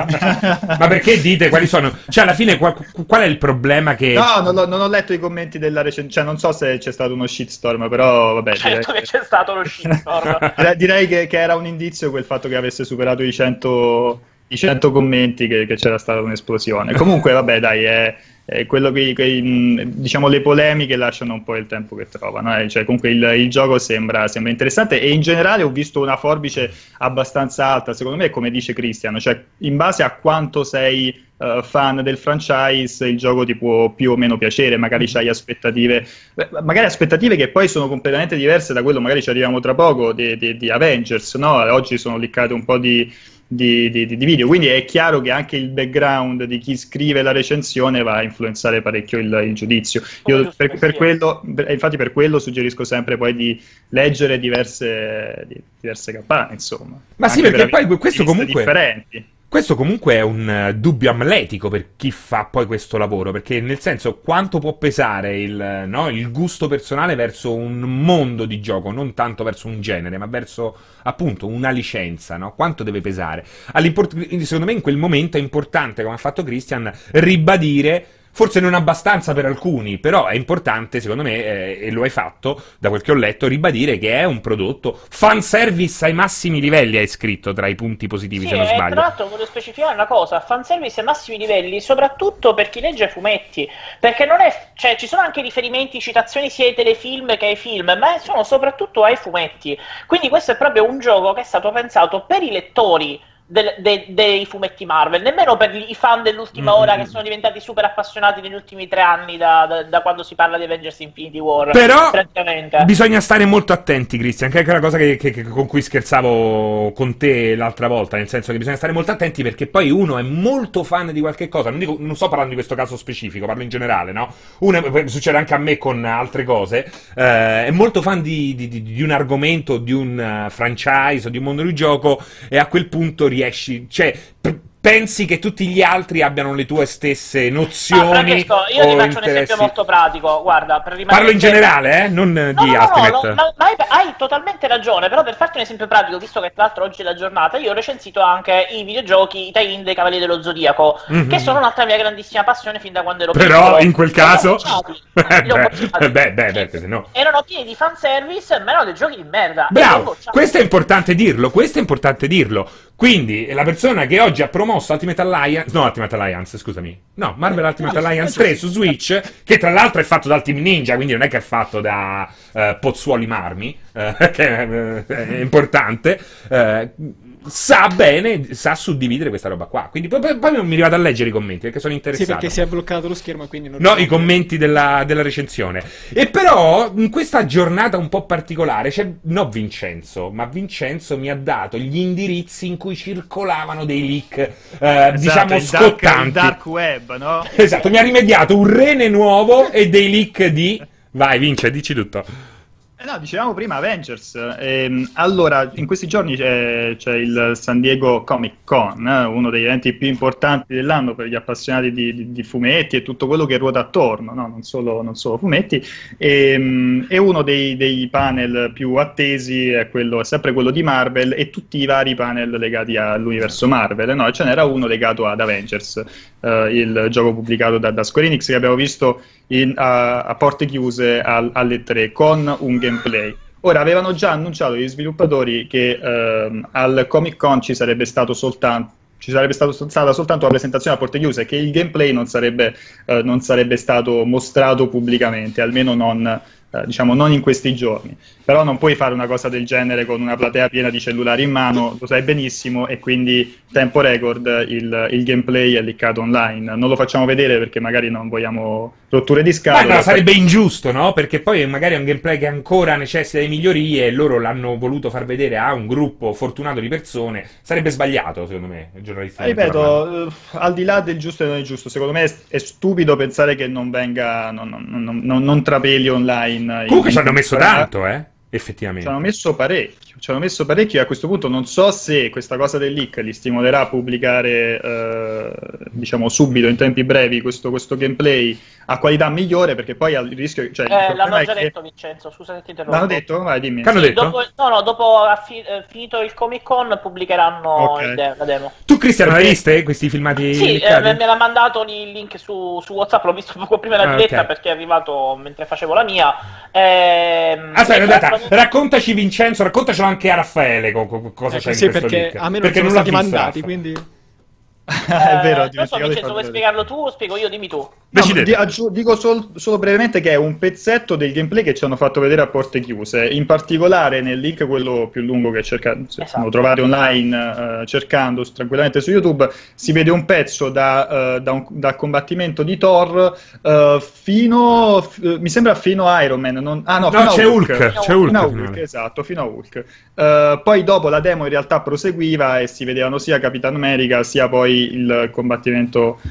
Ma perché dite quali sono? Cioè, alla fine, qual, qual è il problema che. No, non, l'ho- non ho letto i commenti della recensione, cioè non so se c'è stato uno shitstorm, però vabbè, direi, Certo che c'è stato lo shitstorm. direi- direi che, che era un indizio quel fatto che avesse superato i cento, i cento commenti, che, che c'era stata un'esplosione. Comunque, vabbè, dai, è, è quello che, che, mh, diciamo, le polemiche lasciano un po' il tempo che trovano, eh. Cioè, comunque il, il gioco sembra, sembra interessante, e in generale ho visto una forbice abbastanza alta, secondo me, come dice Christian, cioè in base a quanto sei Uh, fan del franchise, il gioco ti può più o meno piacere, magari c'hai aspettative, beh, magari aspettative che poi sono completamente diverse da quello, magari ci arriviamo tra poco, di, di, di Avengers, no? Oggi sono liccate un po' di, di, di, di video, quindi è chiaro che anche il background di chi scrive la recensione va a influenzare parecchio il, il giudizio. Io Giusto per, che per sia. quello, per- infatti per quello suggerisco sempre poi di leggere diverse, di- diverse campane, insomma. Ma sì, Anche perché per poi questo punti di vista comunque- differenti. Questo comunque è un eh, dubbio amletico per chi fa poi questo lavoro, perché nel senso quanto può pesare il, no, il gusto personale verso un mondo di gioco, non tanto verso un genere, ma verso appunto una licenza, no? Quanto deve pesare? All'import- secondo me in quel momento è importante, come ha fatto Christian, ribadire. Forse non abbastanza per alcuni, però è importante, secondo me, eh, e lo hai fatto, da quel che ho letto, ribadire che è un prodotto fanservice ai massimi livelli, hai scritto tra i punti positivi, Sì, se non e sbaglio. tra l'altro voglio specificare una cosa, fanservice ai massimi livelli, soprattutto per chi legge fumetti, perché non è, cioè ci sono anche riferimenti, citazioni sia ai telefilm che ai film, ma sono soprattutto ai fumetti, quindi questo è proprio un gioco che è stato pensato per i lettori del- de- dei fumetti Marvel, nemmeno per i fan dell'ultima Mm, ora mm, che sono diventati super appassionati negli ultimi tre anni da, da- da quando si parla di Avengers Infinity War. Però praticamente. bisogna stare molto attenti, Cristian, che è una cosa che, che- che- con cui scherzavo con te l'altra volta, nel senso che bisogna stare molto attenti perché poi uno è molto fan di qualche cosa, non, dico, non sto parlando di questo caso specifico, parlo in generale, no? Uno, è- succede anche a me con altre cose, eh, è molto fan di, di- di- di un argomento, di un eh, franchise o di un mondo di gioco e a quel punto riesci, cioè... p- pensi che tutti gli altri abbiano le tue stesse Ah, nozioni Francesco, io ti o faccio un interessi? esempio molto pratico. Guarda, per rimanere Parlo in generale, eh? Non No, di no, no, Ultimate. no, ma, ma hai, hai totalmente ragione, però per farti un esempio pratico, visto che tra l'altro oggi è la giornata, io ho recensito anche i videogiochi, i tie-in dei Cavalieri dello Zodiaco, Mhm. che sono un'altra mia grandissima passione fin da quando ero Però piccolo. in quel Li ho caso bocciati, Eh, li ho beh, bocciati. beh, beh, beh, se no. Erano pieni di fanservice, ma erano dei giochi di merda. e li ho Bravo, bocciati. questo è importante dirlo, questo è importante dirlo. Quindi la persona che oggi ha promosso Ultimate Alliance, no Ultimate Alliance, scusami, no, Marvel Ultimate no, Alliance no, tre su Switch, che tra l'altro è fatto dal Team Ninja, quindi non è che è fatto da eh, Pozzuoli Marmi, eh, che eh, è importante, eh, sa bene, sa suddividere questa roba qua. Quindi poi, poi poi mi vado a leggere i commenti perché sono Sì, interessato. perché si è bloccato lo schermo e quindi non No, riusciamo i commenti della, della recensione. E però, in questa giornata un po' particolare, c'è, no Vincenzo, ma Vincenzo mi ha dato gli indirizzi in cui circolavano dei leak, eh, Esatto, diciamo, il dark, scottanti. il dark web, no? Esatto, mi ha rimediato un rene nuovo e dei leak di... Vai, Vince, dici tutto. Eh no, dicevamo prima Avengers. Ehm, allora, in questi giorni c'è, c'è il San Diego Comic Con, eh, uno degli eventi più importanti dell'anno per gli appassionati di, di- di fumetti e tutto quello che ruota attorno, no? Non solo, non solo fumetti. Ehm, E, uno dei, dei panel più attesi è, quello, è sempre quello di Marvel e tutti i vari panel legati all'universo Marvel, no? E ce n'era uno legato ad Avengers, eh, il gioco pubblicato da, da Square Enix che abbiamo visto in- a, a porte chiuse al- alle tre con un gameplay. Ora, avevano già annunciato gli sviluppatori che ehm, al Comic Con ci sarebbe stato soltanto ci sarebbe stato, stata soltanto la presentazione a porte chiuse, che il gameplay non sarebbe, eh, non sarebbe stato mostrato pubblicamente, almeno non, eh, diciamo, non in questi giorni. Però non puoi fare una cosa del genere con una platea piena di cellulari in mano, lo sai benissimo, e quindi tempo record il, il gameplay è liccato online. Non lo facciamo vedere perché magari non vogliamo rotture di Ma scatola. no, sarebbe ingiusto, no? Perché poi magari è un gameplay che ancora necessita di migliorie e loro l'hanno voluto far vedere a un gruppo fortunato di persone. Sarebbe sbagliato, secondo me, giornalisticamente parlando. Ripeto, eh, al di là del giusto e non il giusto, secondo me è, è stupido pensare che non venga, non, non, non, non, non trapeli online. Comunque in- ci hanno messo in- tanto, eh? Ci Effettivamente. hanno messo parecchio, ci hanno messo parecchio e a questo punto non so se questa cosa del leak li stimolerà a pubblicare, eh, diciamo, subito, in tempi brevi, questo, questo gameplay a qualità migliore, perché poi ha il rischio... Cioè, il Eh, problema l'hanno è già che- detto, Vincenzo, scusa se ti interrompo. L'hanno detto? Vai, dimmi. Che hanno Sì, detto? dopo, no, no, dopo ha fi- eh, finito il Comic Con pubblicheranno Ok. il de- la demo. Tu, Cristiano, l'hai Perché- viste questi filmati Sì, eh, leccati? me me l'ha mandato il link su, su WhatsApp, l'ho visto poco prima della Ah, diretta ok. perché è arrivato mentre facevo la mia. Ehm, Aspetta, e aspetta, tra l'altro- raccontaci Vincenzo, raccontacelo anche a Raffaele co- co- cosa Eh, c'è sì, in questo perché leak. a me non Perché sono l'ha stati visto mandati, Raffa. quindi... È vero, ho Eh, non so, dimenticato di Vincenzo, farlo vuoi vedere. spiegarlo tu o spiego io? Dimmi tu. No, Decidete. di- aggiu- dico sol- solo brevemente che è un pezzetto del gameplay che ci hanno fatto vedere a porte chiuse, in particolare nel link, quello più lungo che cerca- se Esatto. lo trovate online, eh, cercando s- tranquillamente su YouTube, si vede un pezzo da, eh, da un da combattimento di Thor eh, fino, f- eh, mi sembra fino a Iron Man, non- ah no, No, fino a c'è Hulk, Hulk. c'è Hulk. Fino a finale. Hulk, esatto, fino a Hulk. Eh, poi dopo la demo in realtà proseguiva e si vedevano sia Capitan America sia poi il combattimento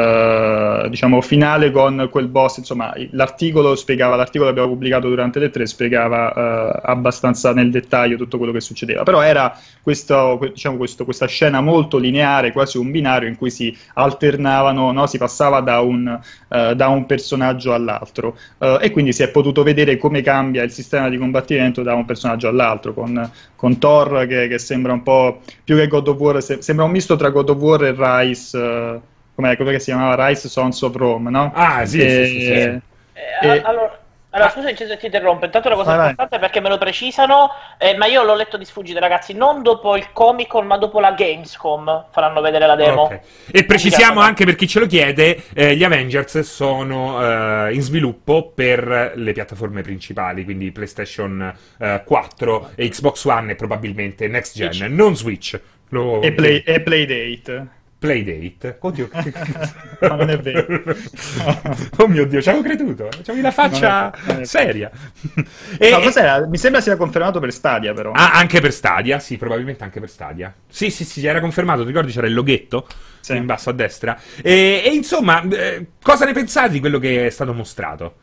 eh, diciamo finale con quel boss. Insomma, l'articolo spiegava, l'articolo che abbiamo pubblicato durante le tre spiegava eh, abbastanza nel dettaglio tutto quello che succedeva, però era questo, que- diciamo, questo- questa scena molto lineare, quasi un binario in cui si alternavano, no? Si passava da un, eh, da un personaggio all'altro, eh, e quindi si è potuto vedere come cambia il sistema di combattimento da un personaggio all'altro, con, con Thor che, che sembra un po' più che God of War, se- sembra un misto tra God of War e Rise, eh, com'è, come si chiamava? Rise Sons of Rome, no? Ah, sì, E- sì, sì, sì. Eh, E- allora, allora, scusa Vincenzo, ti interrompo. Intanto una cosa Vai, vai. importante perché me lo precisano, eh, ma io l'ho letto di sfuggita, ragazzi. Non dopo il Comic Con, ma dopo la Gamescom faranno vedere la demo. Ok. E precisiamo anche per chi ce lo chiede, eh, gli Avengers sono eh, in sviluppo per le piattaforme principali, quindi PlayStation eh, quattro e Xbox One e probabilmente Next Gen, Switch. non Switch. Lo... E, play, e Playdate. Playdate? Oddio. No, non è vero. Oh mio Dio, ci avevo creduto. C'avevi la faccia non è, non è seria. E, no, cos'era? Mi sembra sia confermato per Stadia, però. Ah, anche per Stadia? Sì, probabilmente anche per Stadia. Sì, sì, sì, era confermato. Ti ricordi c'era il loghetto? Sì. In basso a destra. E, e insomma, eh, cosa ne pensate di quello che è stato mostrato?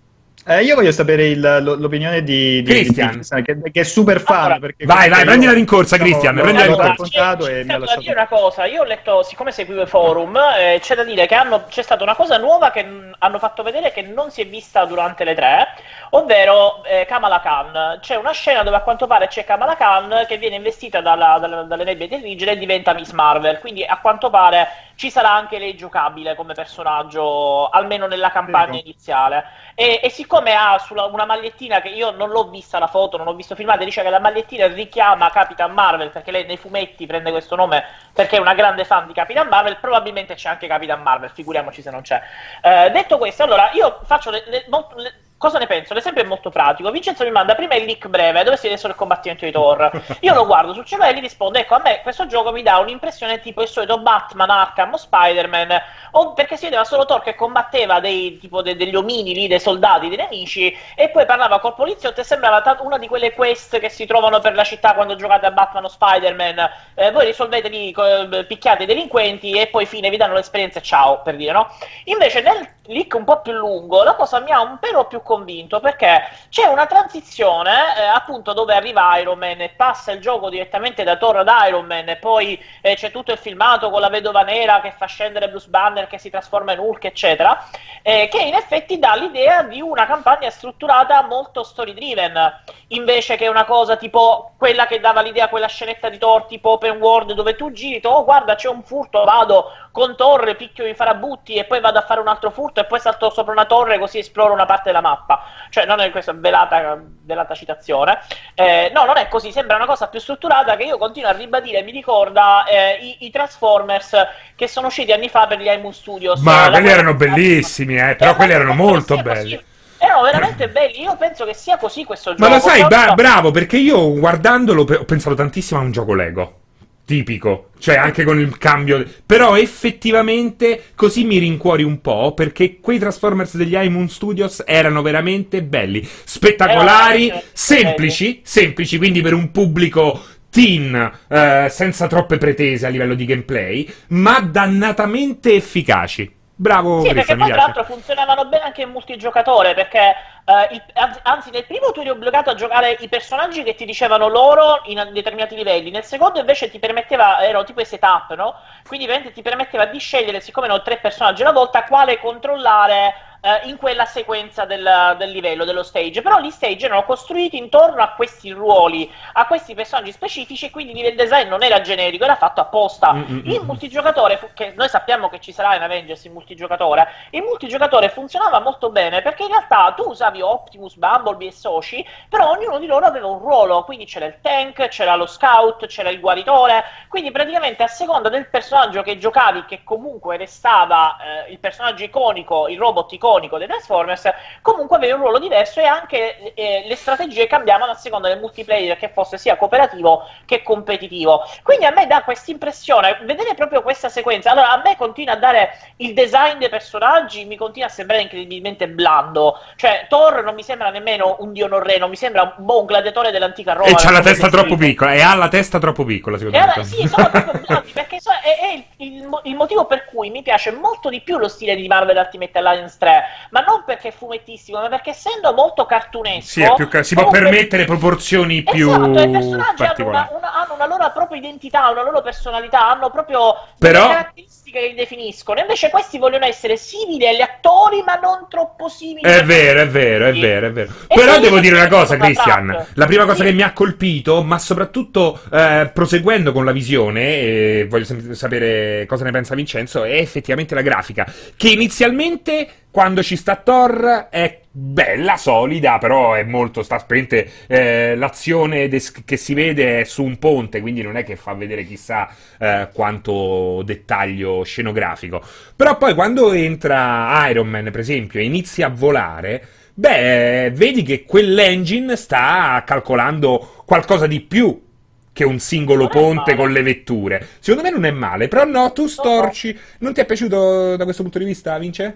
Eh, io voglio sapere il, l'opinione di, di Christian, di, che, che è super fan. Allora, perché vai, vai, prendi la rincorsa, diciamo, Christian. L'ho, prendi la l'ho rincorsa. raccontato c'è, e c'è mi ha da lasciato. dire una cosa. Io ho letto, siccome seguivo i forum, eh, c'è da dire che hanno, c'è stata una cosa nuova che mh, hanno fatto vedere che non si è vista durante le tre, ovvero eh, Kamala Khan. C'è una scena dove a quanto pare c'è Kamala Khan che viene investita dalla, dalla, dalle nebbie terrigine e diventa Miss Marvel. Quindi a quanto pare ci sarà anche lei giocabile come personaggio, almeno nella campagna Vero. iniziale. E, e siccome ha sulla, una magliettina che io non l'ho vista la foto, non ho visto filmate, dice che la magliettina richiama Capitan Marvel, perché lei nei fumetti prende questo nome perché è una grande fan di Capitan Marvel, probabilmente c'è anche Capitan Marvel, figuriamoci se non c'è. Eh, detto questo, allora io faccio le, le, molto, le, cosa ne penso? L'esempio è molto pratico. Vincenzo mi manda prima il leak breve dove si vede solo il combattimento di Thor. Io lo guardo sul cellulare e gli rispondo: ecco, a me questo gioco mi dà un'impressione tipo il solito Batman, Arkham o Spider-Man, o perché si vedeva solo Thor che combatteva dei, tipo de, degli omini lì, dei soldati, dei nemici, e poi parlava col poliziotto e sembrava t- una di quelle quest che si trovano per la città quando giocate a Batman o Spider-Man. Eh, voi risolvete lì, co- picchiate i delinquenti e poi fine vi danno l'esperienza e ciao, per dire, no? Invece nel leak un po' più lungo la cosa mi ha un pelo più convinto, perché c'è una transizione eh, appunto dove arriva Iron Man e passa il gioco direttamente da Thor ad Iron Man, e poi eh, c'è tutto il filmato con la vedova nera che fa scendere Bruce Banner che si trasforma in Hulk eccetera, eh, che in effetti dà l'idea di una campagna strutturata molto story driven, invece che una cosa tipo quella che dava l'idea, quella scenetta di Thor tipo open world dove tu giri, oh guarda c'è un furto, vado con Thor, picchio i farabutti e poi vado a fare un altro furto e poi salto sopra una torre così esploro una parte della mappa. Cioè non è questa velata, velata citazione, eh, no, non è così, sembra una cosa più strutturata che io continuo a ribadire, mi ricorda eh, i, i Transformers che sono usciti anni fa per gli Imun Studios. Ma quelli erano bellissimi, eh, però eh, quelli erano molto belli. Così. Erano veramente belli, io penso che sia così questo gioco. Ma lo sai, però... bra- bravo, perché io guardandolo ho pensato tantissimo a un gioco Lego. Tipico, cioè anche con il cambio, però effettivamente così mi rincuori un po', perché quei Transformers degli Imun Studios erano veramente belli, spettacolari, veramente semplici, belli. semplici, quindi per un pubblico teen, eh, senza troppe pretese a livello di gameplay, ma dannatamente efficaci. Bravo, sì, Cristian, perché mi poi tra piace. l'altro funzionavano bene anche in multigiocatore, perché eh, il, anzi, anzi nel primo tu eri obbligato a giocare i personaggi che ti dicevano loro in determinati livelli, nel secondo invece ti permetteva, erano tipo i setup, no? Quindi veramente ti permetteva di scegliere, siccome erano tre personaggi alla volta, quale controllare eh, in quella sequenza del, del livello, dello stage. Però gli stage erano costruiti intorno a questi ruoli, a questi personaggi specifici, e quindi il design non era generico, era fatto apposta. Mm-mm. In multigiocatore, che noi sappiamo che ci sarà in Avengers in multigiocatore, il multigiocatore funzionava molto bene perché in realtà tu usavi Optimus, Bumblebee e soci, però ognuno di loro aveva un ruolo, quindi c'era il tank, c'era lo scout, c'era il guaritore, quindi praticamente a seconda del personaggio che giocavi, che comunque restava eh, il personaggio iconico, il robot iconico dei Transformers, comunque avevi un ruolo diverso, e anche eh, le strategie cambiavano a seconda del multiplayer, che fosse sia cooperativo che competitivo. Quindi a me dà questa impressione, vedere proprio questa sequenza, allora a me continua a dare il design dei personaggi, mi continua a sembrare incredibilmente blando, cioè Thor non mi sembra nemmeno un dio norreno, mi sembra un, boh, un gladiatore dell'antica Roma. E c'ha la testa troppo piccola, e ha la testa troppo piccola, secondo E me. allora, sì, sono proprio blandi, perché so, è, è il, il, il motivo per cui mi piace molto di più lo stile di Marvel Ultimate Alliance tre, ma non perché è fumettissimo, ma perché essendo molto cartunesco, Sì, è più ca- si può comunque- permettere proporzioni più esatto, i personaggi hanno particolari. una, una, hanno una loro propria identità, una loro personalità, hanno proprio Però- delle caratteristiche che li definiscono. Invece questi vogliono essere simili agli attori, ma non troppo simili. È vero, è vero, è vero, è vero. E Però quindi devo dire una questo cosa, è una Christian. trap. La prima cosa Sì. che mi ha colpito, ma soprattutto eh, proseguendo con la visione, e voglio sem- sapere cosa ne pensa Vincenzo, è effettivamente la grafica. Che inizialmente, quando ci sta Thor, è bella, solida, però è molto, sta spente, eh, l'azione des- che si vede è su un ponte, quindi non è che fa vedere chissà eh, quanto dettaglio scenografico. Però poi quando entra Iron Man, per esempio, e inizia a volare, beh, vedi che quell'engine sta calcolando qualcosa di più che un singolo Non è ponte male. con le vetture. Secondo me non è male, però no, tu storci. Non ti è piaciuto da questo punto di vista, Vince?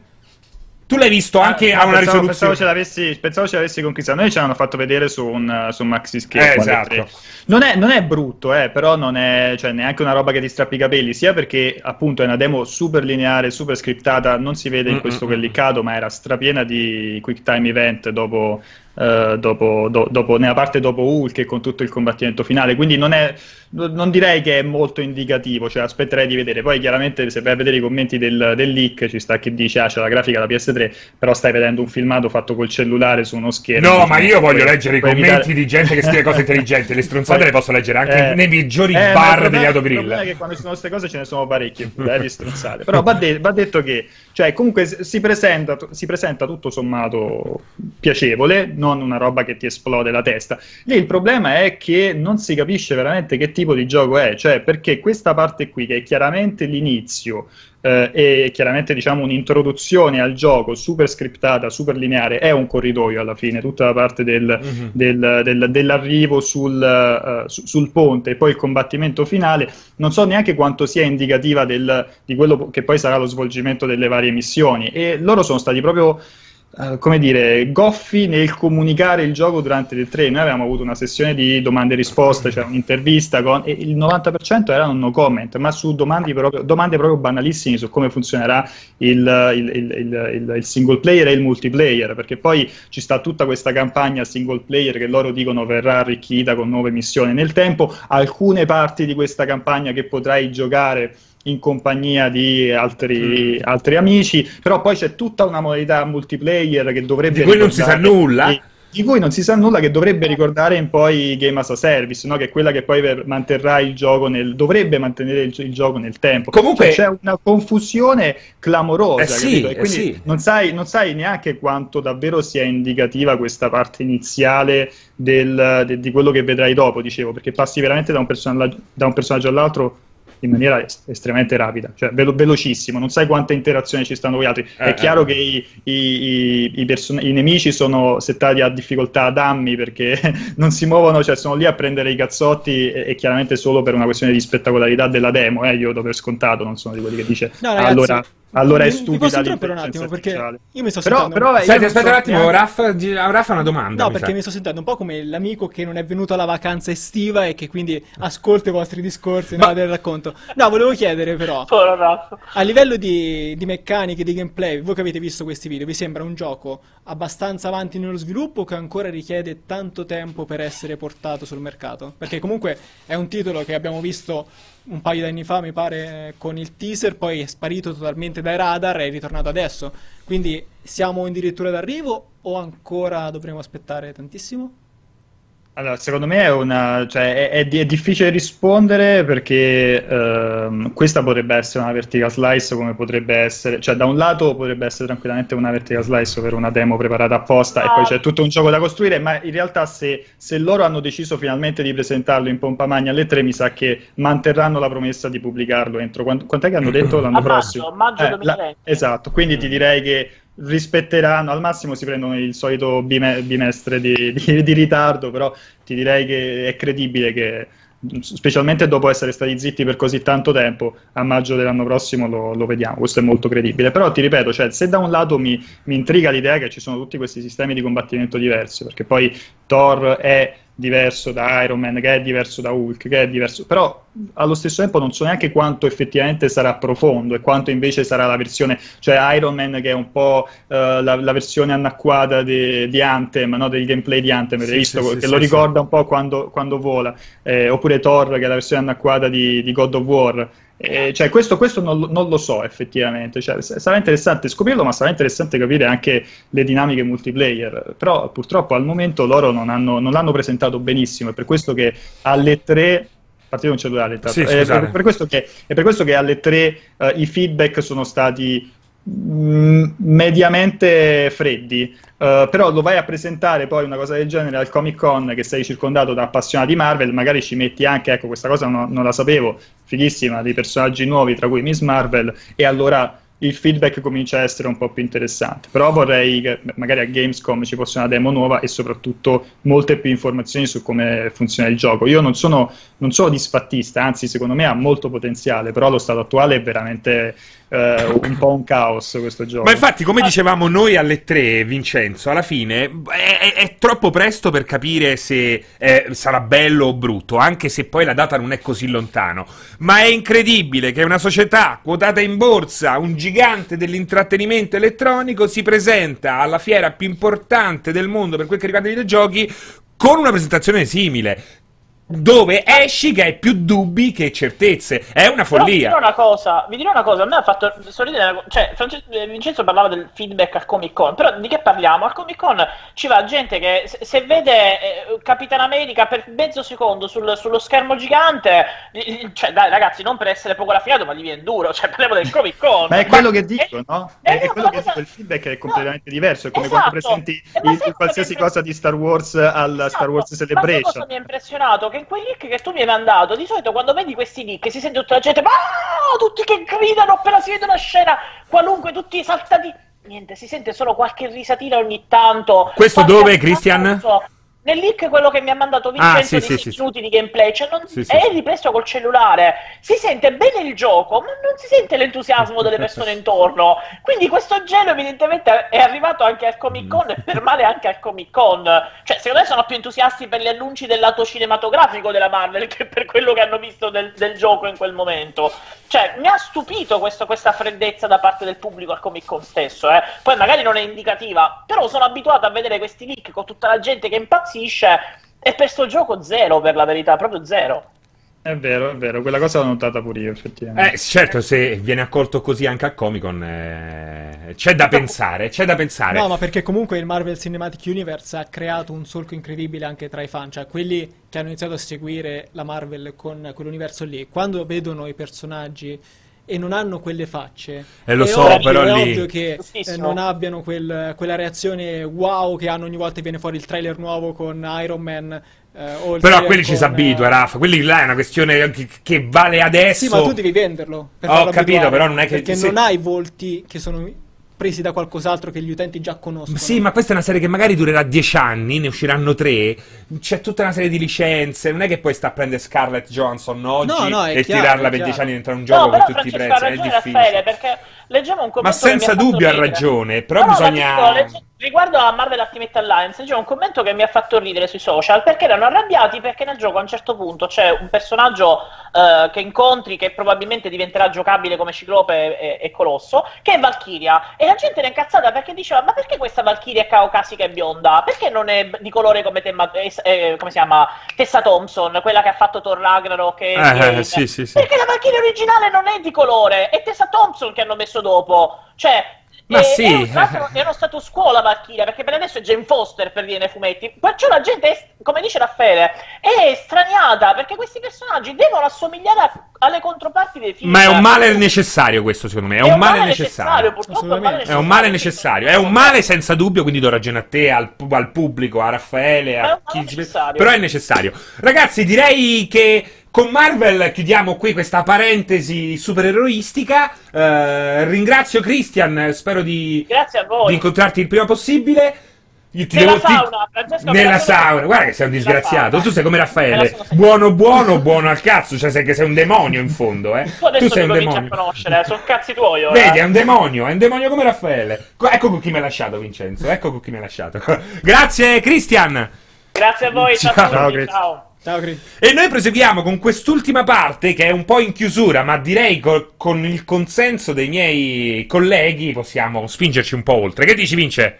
Tu l'hai visto anche Ah, a una pensavo, risoluzione. pensavo ce l'avessi, pensavo ce l'avessi conquistato. Noi ce l'hanno fatto vedere su un, su un maxi schermo. Eh, alle esatto. tre. Non è, non è brutto, eh, però non è, cioè, neanche una roba che ti strappi i capelli, sia perché appunto è una demo super lineare, super scriptata, non si vede in questo Mm-mm. pellicato, ma era strapiena di quick time event dopo, eh, dopo, do- dopo, nella parte dopo Hulk e con tutto il combattimento finale, quindi non è, non direi che è molto indicativo, cioè aspetterei di vedere. Poi chiaramente se vai a vedere i commenti del, del leak ci sta chi dice ah c'è la grafica da P S tre, però stai vedendo un filmato fatto col cellulare su uno schermo. No, Cioè, ma io voglio puoi- leggere i puoi commenti evitare- di gente che scrive cose intelligenti. Le stronzate Poi- le posso leggere anche eh, nei peggiori eh, ma il bar problema- degli Il problema è autogrill. che quando ci sono queste cose ce ne sono parecchie eh, di stronzate. Però va, de- va detto che, cioè, comunque s- si presenta, si presenta tutto sommato piacevole, non una roba che ti esplode la testa. Lì il problema è che non si capisce veramente che tipo di gioco è, cioè perché questa parte qui, che è chiaramente l'inizio, eh, e chiaramente diciamo un'introduzione al gioco super scriptata, super lineare, è un corridoio alla fine, tutta la parte del, Mhm. del- del- dell'arrivo sul, eh, su- sul ponte e poi il combattimento finale, non so neanche quanto sia indicativa del- di quello che poi sarà lo svolgimento delle varie missioni, e loro sono stati proprio eh, come dire, goffi nel comunicare il gioco durante le tre. Noi avevamo avuto una sessione di domande e risposte, cioè un'intervista con, e il novanta per cento erano no comment, ma su domande proprio, domande proprio banalissime su come funzionerà il, il, il, il, il- il single player e il multiplayer, perché poi ci sta tutta questa campagna single player che loro dicono verrà arricchita con nuove missioni nel tempo, alcune parti di questa campagna che potrai giocare in compagnia di altri, Mm. altri amici, però poi c'è tutta una modalità multiplayer che dovrebbe Di cui non si sa ricordare- nulla. di, di cui non si sa nulla, che dovrebbe ricordare un po' i Game as a Service, no? Che è quella che poi ver- manterrà il gioco nel, dovrebbe mantenere il, il gioco nel tempo. Comunque- Cioè, c'è una confusione clamorosa, Eh sì, capito? E eh quindi sì. non sai, non sai neanche quanto davvero sia indicativa questa parte iniziale del- de- di quello che vedrai dopo, dicevo, perché passi veramente da un personaggio, da un personaggio all'altro in maniera est- estremamente rapida, cioè velo- velocissimo, non sai quante interazioni ci stanno con gli altri. Eh, È chiaro eh. che i, i, i, i person- i nemici sono settati a difficoltà dammi perché non si muovono, cioè sono lì a prendere i cazzotti e, e chiaramente solo per una questione di spettacolarità della demo, eh, io do per scontato, non sono di quelli che dice No, ragazzi, allora, allora è mi- mi stupida posso interrompere un l'intelligenza attimo, perché artificiale. io mi sto Però, sentendo- però, eh, io Senti, non aspetta so un attimo, neanche- Raff, gi- Raff ha una domanda. No, mi perché sa. mi sto sentendo un po' come l'amico che non è venuto alla vacanza estiva e che quindi ascolta i vostri discorsi Ma- no, del racconto. No, volevo chiedere però, Povero Raff. a livello di, di meccaniche, di gameplay, voi che avete visto questi video, vi sembra un gioco abbastanza avanti nello sviluppo che ancora richiede tanto tempo per essere portato sul mercato? Perché comunque è un titolo che abbiamo visto un paio di anni fa, mi pare, con il teaser, poi è sparito totalmente dai radar e è ritornato adesso. Quindi siamo addirittura d'arrivo o ancora dovremo aspettare tantissimo? Allora, secondo me è una, cioè, è, è di- è difficile rispondere perché ehm, questa potrebbe essere una vertical slice come potrebbe essere, cioè da un lato potrebbe essere tranquillamente una vertical slice per una demo preparata apposta e poi c'è tutto un gioco da costruire, ma in realtà se, se loro hanno deciso finalmente di presentarlo in pompa magna alle tre, mi sa che manterranno la promessa di pubblicarlo entro, quant- quant'è che hanno detto l'anno A maggio, prossimo? maggio Eh, la- duemilaventi. esatto, quindi ti direi che rispetteranno, al massimo si prendono il solito bime- bimestre di, di- di ritardo, però ti direi che è credibile che, specialmente dopo essere stati zitti per così tanto tempo, a maggio dell'anno prossimo lo, lo vediamo, questo è molto credibile. Però ti ripeto, cioè, se da un lato mi, mi intriga l'idea che ci sono tutti questi sistemi di combattimento diversi, perché poi Thor è diverso da Iron Man, che è diverso da Hulk, che è diverso, però allo stesso tempo non so neanche quanto effettivamente sarà profondo e quanto invece sarà la versione, cioè Iron Man che è un po' eh, la, la versione annacquata di, di Anthem, no? Del gameplay di Anthem, avete Sì, visto? sì, Che sì, lo sì, ricorda un po' quando, quando vola, eh, oppure Thor che è la versione annacquata di, di God of War. Eh, cioè questo, questo non, lo- non lo so effettivamente, cioè, s- sarà interessante scoprirlo, ma sarà interessante capire anche le dinamiche multiplayer, però purtroppo al momento loro non, hanno, non l'hanno presentato benissimo, è per questo che alle tre partito un cellulare intanto. Sì, Eh, scusate. per, per questo che, è per questo che alle tre eh, i feedback sono stati mm, mediamente freddi. Uh, però lo vai a presentare poi una cosa del genere al Comic Con, che sei circondato da appassionati Marvel, magari ci metti anche, ecco, questa cosa non, non la sapevo, fighissima, dei personaggi nuovi tra cui Miss Marvel, e allora il feedback comincia a essere un po' più interessante. Però vorrei che magari a Gamescom ci fosse una demo nuova e soprattutto molte più informazioni su come funziona il gioco. Io non sono, non sono disfattista, anzi secondo me ha molto potenziale, però allo stato attuale è veramente eh, un po' un caos questo gioco. Ma infatti, come dicevamo noi alle tre, Vincenzo, alla fine è, è, è troppo presto per capire se eh, sarà bello o brutto, anche se poi la data non è così lontano. Ma è incredibile che una società quotata in borsa, un gigante dell'intrattenimento elettronico, si presenta alla fiera più importante del mondo per quel che riguarda i videogiochi con una presentazione simile, dove esci che hai più dubbi che certezze. È una follia. Però vi dirò una cosa, vi dirò una cosa, a me ha fatto sorridere, cioè Francesco, Vincenzo parlava del feedback al Comic Con, però di che parliamo? Al Comic Con ci va gente che se, se vede eh, Capitan America per mezzo secondo sul, sullo schermo gigante, cioè dai ragazzi, non per essere poco raffinato, ma gli viene duro, cioè parliamo del Comic Con. Ma è quello ma, che dico, è, no? È, È, è quello che cosa... dico, il feedback è completamente no, diverso, è come esatto. quando presenti eh, il, il qualsiasi cosa di Star Wars alla esatto. Star Wars Celebration. Ma cosa mi ha impressionato? Che in quei leak che tu mi hai mandato, di solito quando vedi questi leak si sente tutta la gente, ah, tutti che gridano appena si vede una scena qualunque, tutti saltati, niente, si sente solo qualche risatina ogni tanto. Questo dove, Christian? Nel leak quello che mi ha mandato Vincenzo ah, sì, di sì, sei sì, minuti di gameplay, cioè non, sì, sì, è sì. ripreso col cellulare, si sente bene il gioco, ma non si sente l'entusiasmo delle persone intorno, quindi questo gelo evidentemente è arrivato anche al Comic Con e per male anche al Comic Con, cioè secondo me sono più entusiasti per gli annunci del lato cinematografico della Marvel che per quello che hanno visto del, del gioco in quel momento. Cioè mi ha stupito questo, questa freddezza da parte del pubblico al Comic Con stesso, eh. Poi magari non è indicativa, però sono abituato a vedere questi leak con tutta la gente che impazzisce. E per sto gioco zero, per la verità, proprio zero. È vero, è vero, quella cosa l'ho notata pure io, effettivamente. Eh, certo, se viene accolto così anche a Comic-Con eh, c'è da pensare, c'è da pensare. No, ma perché comunque il Marvel Cinematic Universe ha creato un solco incredibile anche tra i fan, cioè quelli che hanno iniziato a seguire la Marvel con quell'universo lì, quando vedono i personaggi e non hanno quelle facce, eh, lo è so, ovvio, però è lì ovvio che eh, non abbiano quel, quella reazione wow che hanno ogni volta che viene fuori il trailer nuovo con Iron Man. Eh, o il però a trailer quelli con, ci si abitua, Raffa. Quelli là è una questione che, che vale adesso. Sì, ma tu devi venderlo per Ho farlo capito, abituare, però non è che perché se... non hai volti che sono presi da qualcos'altro che gli utenti già conoscono. Sì, ma questa è una serie che magari durerà dieci anni, ne usciranno tre, c'è tutta una serie di licenze, non è che poi sta a prendere Scarlett Johansson oggi no, no, e chiaro, tirarla è per dieci chiaro. anni dentro un gioco no, con tutti Francesco i prezzi, ha è ragione, difficile. Raffaele, perché leggevo un commento Ma senza che mi ha dubbio ha fatto ridere. ragione, però no, no, bisogna... ma dico, legge... riguardo a Marvel Ultimate Alliance, leggevo un commento che mi ha fatto ridere sui social, perché erano arrabbiati perché nel gioco a un certo punto c'è un personaggio uh, che incontri che probabilmente diventerà giocabile come Ciclope e, e Colosso, che è Valkyria, e la gente era incazzata perché diceva, ma perché questa Valkyria è caucasica e bionda? Perché non è di colore come, Temma, eh, eh, come si chiama? Tessa Thompson, quella che ha fatto Thor Ragnarok e eh, eh, sì, sì, sì. Perché la Valkyria originale non è di colore, è Tessa Thompson che hanno messo dopo, cioè ma e, sì, è, uno, è uno status quo la Valkyria, perché per adesso è Jane Foster per dire nei fumetti, perciò la gente è, come dice Raffaele, è straniata perché questi personaggi devono assomigliare a, alle controparti dei film. Ma è un male necessario questo, secondo me, è, è un, un male, male necessario, necessario purtroppo è un male necessario. È un male necessario, è un male senza dubbio, quindi do ragione a te, al, al pubblico, a Raffaele, a chi... però è necessario. Ragazzi, direi che con Marvel chiudiamo qui questa parentesi supereroistica. Uh, ringrazio Christian, spero di, Grazie a voi. di incontrarti il prima possibile. Io ti nella devo, sauna, ti... Francesco, nella sauna, guarda che sei un disgraziato. Tu sei come Raffaele, sei... buono buono, buono al cazzo, cioè sei che sei un demonio in fondo, eh. Tu adesso tu sei mi un cominci demonio. a conoscere, sono cazzi tuoi ora. Vedi, è un demonio, è un demonio come Raffaele. Ecco con chi mi ha lasciato, Vincenzo, ecco con chi mi ha lasciato. Grazie Christian. Grazie a voi, ciao, ciao, ciao, ciao. ciao. Ciao, Chris. E noi proseguiamo con quest'ultima parte che è un po' in chiusura, ma direi co- con il consenso dei miei colleghi possiamo spingerci un po' oltre. Che dici, Vince?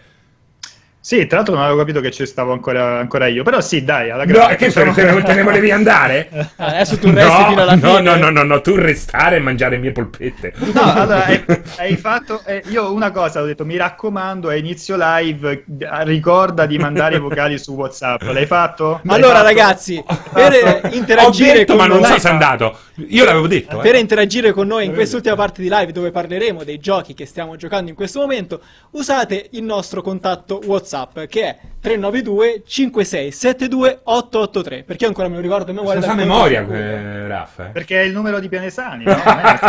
Sì, tra l'altro non avevo capito che ci stavo ancora, ancora io, però sì, dai, alla No, grande. che te, te, te ne volevi andare? Adesso tu resti no, fino alla no, fine. No, no, no, no, tu restare e mangiare le mie polpette. No, allora, hai, hai fatto... Eh, io una cosa ho detto, mi raccomando, a inizio live, ricorda di mandare i vocali su WhatsApp. L'hai fatto? L'hai allora, fatto? ragazzi, per interagire Ho detto, con ma non noi... so se è andato. Io l'avevo detto. Per eh. interagire con noi in quest'ultima parte di live dove parleremo dei giochi che stiamo giocando in questo momento, usate il nostro contatto WhatsApp. WhatsApp, che è tre nove due cinque sei sette due otto otto tre, perché io ancora me lo ricordo a memoria. Sa memoria, eh, Raffa. Eh? Perché è il numero di Pianesani, no?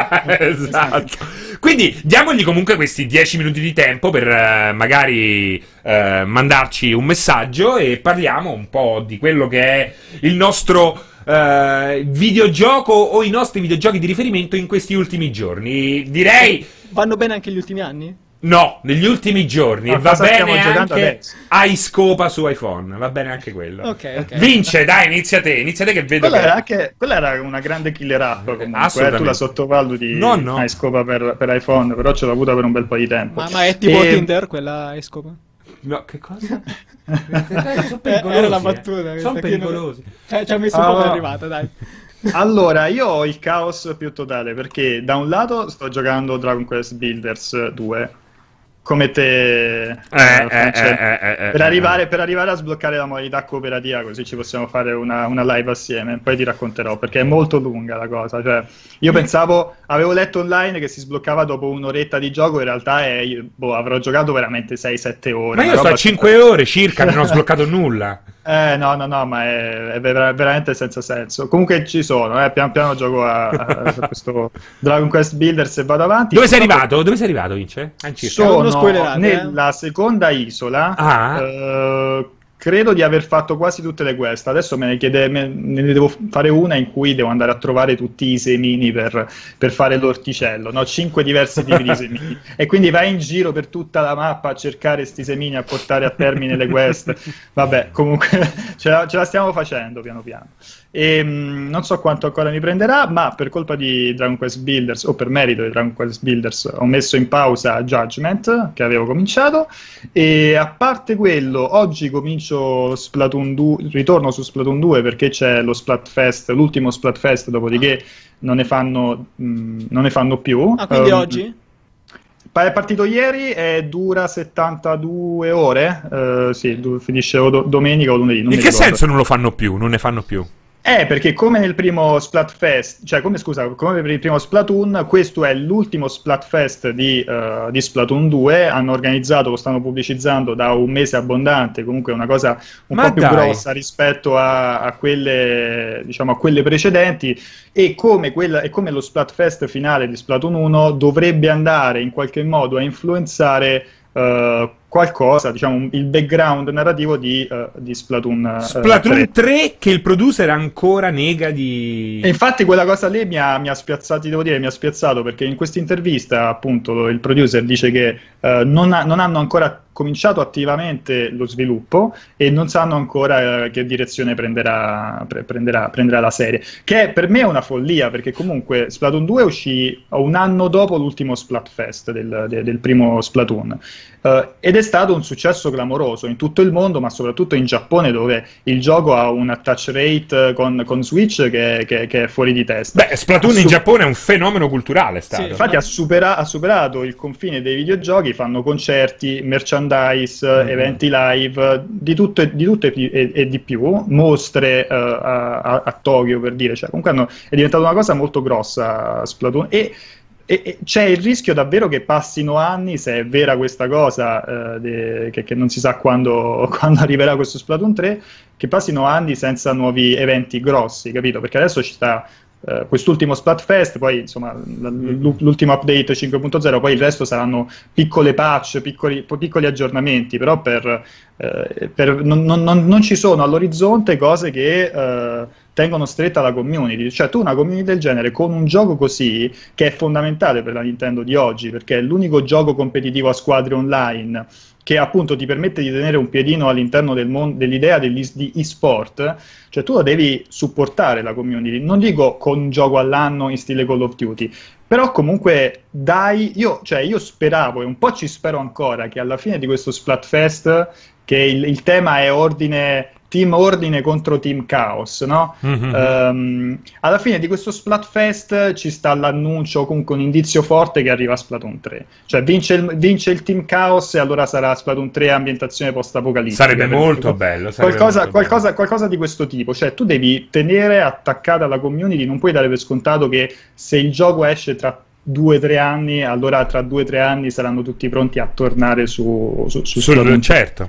Esatto. Quindi diamogli comunque questi dieci minuti di tempo per eh, magari eh, mandarci un messaggio e parliamo un po' di quello che è il nostro eh, videogioco o i nostri videogiochi di riferimento in questi ultimi giorni. Direi... Vanno bene anche gli ultimi anni? No, negli ultimi giorni. No, va bene giocando anche adesso. iScopa su iPhone. Va bene anche quello. Ok, ok. Vince, dai, inizia te. Inizia te che vedo Quella che... era, anche, quella era una grande killer app comunque. Assolutamente. Eh, tu la sottovaluti No, no. iScopa per, per iPhone, però ce l'ho avuta per un bel po' di tempo. Ma, ma è tipo E- Tinder, quella iScopa? No, che cosa? Sono Eh, era la battuta. eh. Sono questa qui non- pericolosi. Cioè, ci ha messo un po', ma è Ah. arrivata, dai. Allora, io ho il caos più totale perché da un lato sto giocando Dragon Quest Builders due, come te, Eh, eh, eh, Francesco, eh, eh, eh, per, eh, arrivare, per arrivare a sbloccare la modalità cooperativa, così ci possiamo fare una, una live assieme, poi ti racconterò, perché è molto lunga la cosa. Cioè, io pensavo, avevo letto online che si sbloccava dopo un'oretta di gioco, in realtà è, boh, avrò giocato veramente sei sette ore. Ma io una sto a roba- cinque ore circa, non ho sbloccato nulla. Eh, no, no, no, ma è, è vera- veramente senza senso. Comunque ci sono, eh, pian piano gioco a, a questo Dragon Quest Builders e vado avanti. Dove sei arrivato? Dove sei arrivato, Vince? Ah, in circa. Non Sono spoilerate, nella seconda isola. Ah. eh, credo di aver fatto quasi tutte le quest. Adesso me ne chiede, me, ne devo fare una in cui devo andare a trovare tutti i semini per, per fare l'orticello. No? Cinque diversi tipi di semini. E quindi vai in giro per tutta la mappa a cercare questi semini, a portare a termine le quest. Vabbè, comunque ce la, ce la stiamo facendo piano piano. E, mh, non so quanto ancora mi prenderà, ma per colpa di Dragon Quest Builders, o per merito di Dragon Quest Builders, ho messo in pausa Judgment, che avevo cominciato, e a parte quello, oggi comincio Splatoon due, ritorno su Splatoon due perché c'è lo Splatfest, l'ultimo Splatfest, dopodiché non ne fanno, mh, non ne fanno più. Ah, quindi Um, oggi? È partito ieri e dura settantadue ore, eh, sì, du- finisce o do- domenica o lunedì. non In mi che ricordo. senso non lo fanno più? Non ne fanno più? Eh, perché come nel primo Splatfest, cioè come scusa, come per il primo Splatoon, questo è l'ultimo Splatfest di, eh, di Splatoon due, hanno organizzato, lo stanno pubblicizzando da un mese abbondante, comunque è una cosa un Ma po' più dai. grossa rispetto a, a quelle, diciamo, a quelle precedenti, e come, quella, e come lo Splatfest finale di Splatoon uno dovrebbe andare in qualche modo a influenzare eh, qualcosa, diciamo, il background narrativo di, uh, di Splatoon, uh, Splatoon tre. tre che il producer ancora nega di... E infatti quella cosa lì mi ha, mi ha spiazzato, devo dire, mi ha spiazzato, perché in questa intervista appunto il producer dice che uh, non, ha, non hanno ancora cominciato attivamente lo sviluppo e non sanno ancora uh, che direzione prenderà, pre- prenderà, prenderà la serie, che per me è una follia, perché comunque Splatoon due uscì un anno dopo l'ultimo Splatfest del, de, del primo Splatoon. Uh, ed è stato un successo clamoroso in tutto il mondo, ma soprattutto in Giappone, dove il gioco ha un touch rate con, con Switch che, che, che è fuori di testa. Beh, Splatoon Ha in su- Giappone è un fenomeno culturale, è stato. Sì, Infatti ha, supera- ha superato il confine dei videogiochi, fanno concerti, merchandise, Mm-hmm. eventi live, di tutto e di, tutto e, e- e di più, mostre uh, a, a- a Tokyo, per dire, cioè, comunque hanno- è diventata una cosa molto grossa Splatoon, e E, e c'è il rischio davvero che passino anni, se è vera questa cosa, eh, de- che, che non si sa quando, quando arriverà questo Splatoon tre, che passino anni senza nuovi eventi grossi, capito? Perché adesso ci sta eh, quest'ultimo Splatfest, poi insomma l- l- l'ultimo update cinque punto zero, poi il resto saranno piccole patch, piccoli, piccoli aggiornamenti, però per, eh, per- non, non- non- non ci sono all'orizzonte cose che... eh, tengono stretta la community, cioè tu una community del genere con un gioco così, che è fondamentale per la Nintendo di oggi, perché è l'unico gioco competitivo a squadre online che appunto ti permette di tenere un piedino all'interno del mon- dell'idea degli, di e-sport, cioè tu lo devi supportare la community, non dico con un gioco all'anno in stile Call of Duty, però comunque dai, io, cioè io speravo e un po' ci spero ancora che alla fine di questo Splatfest, che il, il tema è ordine... Team Ordine contro Team Chaos, no? Mm-hmm. Um, alla fine di questo Splatfest ci sta l'annuncio, comunque un indizio forte che arriva a Splatoon tre. Cioè vince il, vince il Team Chaos e allora sarà Splatoon tre ambientazione post-apocalittica. Sarebbe molto Qual- bello. Sarebbe Qualcosa, molto qualcosa, bello. qualcosa di questo tipo. Cioè tu devi tenere attaccata alla community, non puoi dare per scontato che se il gioco esce tra due o tre anni, allora tra due o tre anni saranno tutti pronti a tornare su, su, su Sul- Splatoon. certo.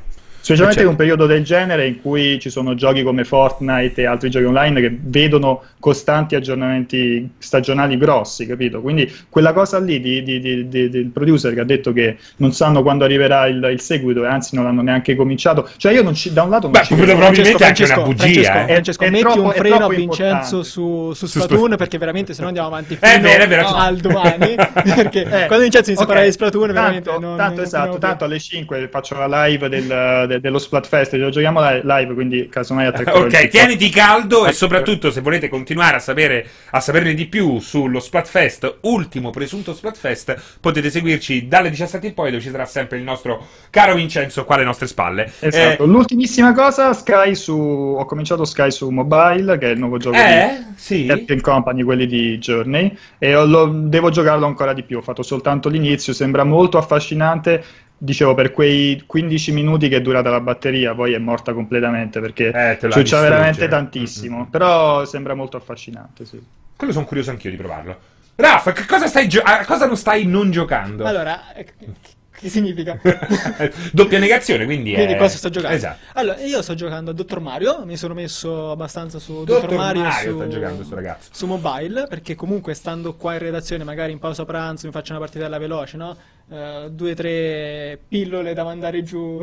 Specialmente certo. in un periodo del genere in cui ci sono giochi come Fortnite e altri giochi online che vedono costanti aggiornamenti stagionali grossi, capito? Quindi quella cosa lì di, di, di, di, del producer che ha detto che non sanno quando arriverà il, il seguito e anzi non l'hanno neanche cominciato, cioè io non ci, da un lato non Beh, ci probabilmente è anche Francesco, una bugia. Francesco, eh. Francesco, È- è metti troppo- un è freno a troppo Vincenzo importante. su, su Su Splatoon Splatoon. perché veramente se no andiamo avanti È fino vero, è vero. al domani perché Eh, quando Vincenzo inizia ok, a parlare di Splatoon veramente tanto, non, tanto non esatto, finiamo tanto alle cinque faccio la live del, de- dello Splatfest, lo giochiamo li- live, quindi casomai attaccherò il Ok, gioco. tieniti caldo e soprattutto se volete continuare a sapere a saperne di più sullo Splatfest, ultimo presunto Splatfest, potete seguirci dalle diciassette in poi dove ci sarà sempre il nostro caro Vincenzo qua alle nostre spalle. Esatto. Eh, L'ultimissima cosa, Sky su ho cominciato Sky su Mobile, che è il nuovo gioco eh, di sì. Captain Company, quelli di Journey, e ho- lo- devo giocarlo ancora di più, ho fatto soltanto l'inizio, sembra molto affascinante. Dicevo, per quei quindici minuti che è durata la batteria, poi è morta completamente perché Eh, te la c'è distrugge. veramente tantissimo. Mm-mm. Però sembra molto affascinante, sì. Quello sono curioso anch'io di provarlo. Raffa, che cosa stai gio- a cosa non stai non giocando? allora eh, che significa? Doppia negazione, quindi è... Quindi cosa sto giocando? Esatto. Allora, io sto giocando a Dottor Mario, mi sono messo abbastanza su Dottor Dottor Mario, Mario su, sta giocando sto ragazzo. su mobile, perché comunque stando qua in redazione, magari in pausa pranzo, mi faccio una partitella veloce, no? Eh, due o tre pillole da mandare giù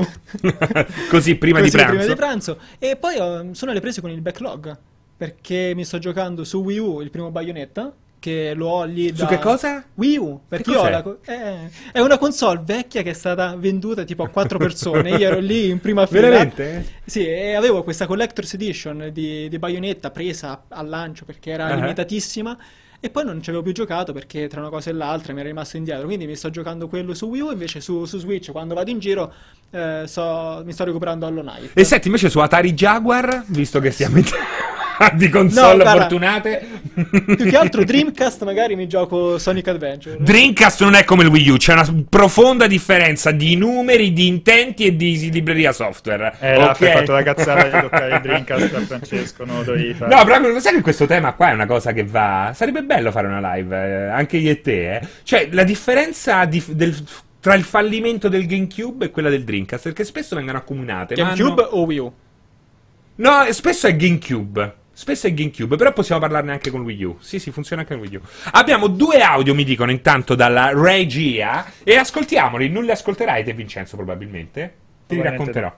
Così prima così di pranzo. prima di pranzo. E poi ho- sono alle prese con il backlog, perché mi sto giocando su Wii U il primo Bayonetta, che lo ho lì da... Su che cosa? Wii U, perché io ho cos'è? la co- eh, è una console vecchia che è stata venduta tipo a quattro persone. Io ero lì in prima fila. Veramente? Sì, e avevo questa Collector's Edition di, di Bayonetta presa al lancio perché era Ah. limitatissima. E poi non ci avevo più giocato perché tra una cosa e l'altra mi era rimasto indietro. Quindi mi sto giocando quello su Wii U. Invece su, su Switch, quando vado in giro, eh, so- mi sto recuperando Hollow Knight. E senti, invece su Atari Jaguar, visto che siamo in di console No, guarda, fortunate. Più che altro Dreamcast magari mi gioco Sonic Adventure. Dreamcast non è come il Wii U, c'è una profonda differenza di numeri, di intenti e di libreria software. Eh, Raffa, ok? hai fatto la cazzata di toccare il Dreamcast a Francesco, non lo dovevi fare. No, però lo sai che questo tema qua è una cosa che va. Sarebbe bello fare una live, eh, anche io e te, eh. Cioè, la differenza di- del- tra il fallimento del GameCube e quella del Dreamcast, perché spesso vengono accomunate. ma GameCube hanno- o Wii U? No, spesso è GameCube. Spesso è GameCube, però possiamo parlarne anche con Wii U. Sì, sì, funziona anche con Wii U. Abbiamo due audio, mi dicono intanto dalla regia, e ascoltiamoli. Non li ascolterai te, Vincenzo, probabilmente. Ti Probabilmente racconterò.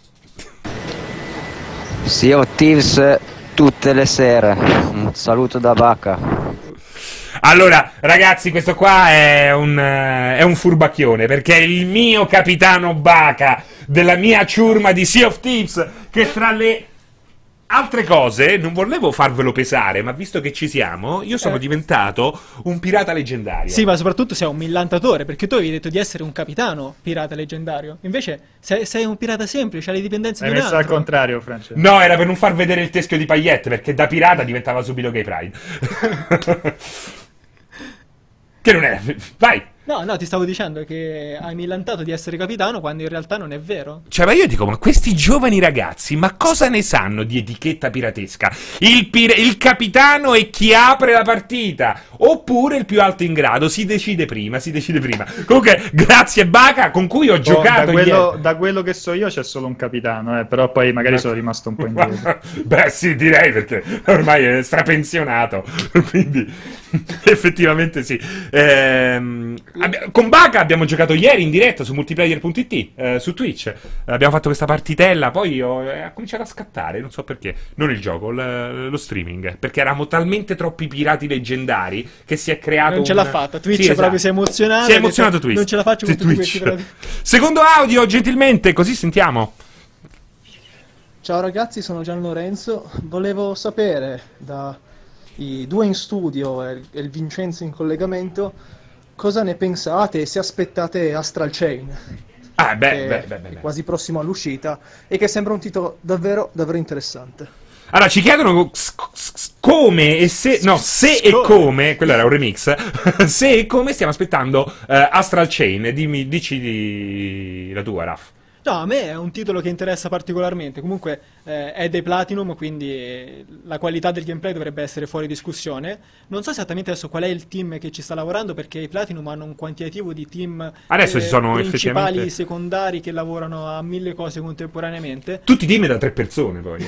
Sea of Thieves tutte le sere. Un saluto da Baca. Allora, ragazzi, questo qua è un, eh, è un furbacchione, perché è il mio capitano Baca della mia ciurma di Sea of Thieves, che tra le altre cose, non volevo farvelo pesare, ma visto che ci siamo, io sono Eh. diventato un pirata leggendario. Sì, ma soprattutto sei un millantatore, perché tu avevi detto di essere un capitano pirata leggendario. Invece sei, sei un pirata semplice, hai le dipendenze L'hai di un messo al altro. contrario, Francesco. No, era per non far vedere il teschio di paillette, perché da pirata diventava subito gay pride. Che non è... Vai! No, no, ti stavo dicendo che hai millantato di essere capitano quando in realtà non è vero. Cioè, ma io dico, ma questi giovani ragazzi, ma cosa ne sanno di etichetta piratesca? Il, pir- il capitano è chi apre la partita, oppure il più alto in grado, si decide prima, si decide prima. Comunque, grazie Baca, con cui ho Oh, giocato da, quello, ieri. da quello che so io c'è solo un capitano, eh, però poi magari sono rimasto un po' indietro. Beh, sì, direi, perché ormai è strapensionato, quindi effettivamente sì. Ehm, abbi- con Baca abbiamo giocato ieri in diretta su multiplayer punto it, eh, su Twitch. Abbiamo fatto questa partitella, poi ho, eh, ha cominciato a scattare, non so perché. Non il gioco, l- lo streaming. Perché eravamo talmente troppi pirati leggendari che si è creato Non ce un- l'ha fatta, Twitch Sì, esatto. proprio si è emozionato. Si è ha emozionato detto, Twitch. Non ce la faccio con Sì, tutti Twitch. questi pirati. Secondo audio, gentilmente, così sentiamo. Ciao ragazzi, sono Gian Lorenzo. Volevo sapere dai due in studio e e il Vincenzo in collegamento cosa ne pensate e se aspettate Astral Chain, Ah, beh, che beh, beh, beh, è beh. quasi prossimo all'uscita e che sembra un titolo davvero, davvero interessante. Allora, ci chiedono s- s- come e se... No, se e come... Quello era un remix. Se e come stiamo aspettando eh, Astral Chain. Dimmi, dici di- la tua, Raf. No, a me è un titolo che interessa particolarmente. Comunque eh, è dei Platinum, quindi eh, la qualità del gameplay dovrebbe essere fuori discussione. Non so esattamente adesso qual è il team che ci sta lavorando, perché i Platinum hanno un quantitativo di team adesso eh, ci sono principali, effettivamente secondari, che lavorano a mille cose contemporaneamente. tutti i team da tre persone poi.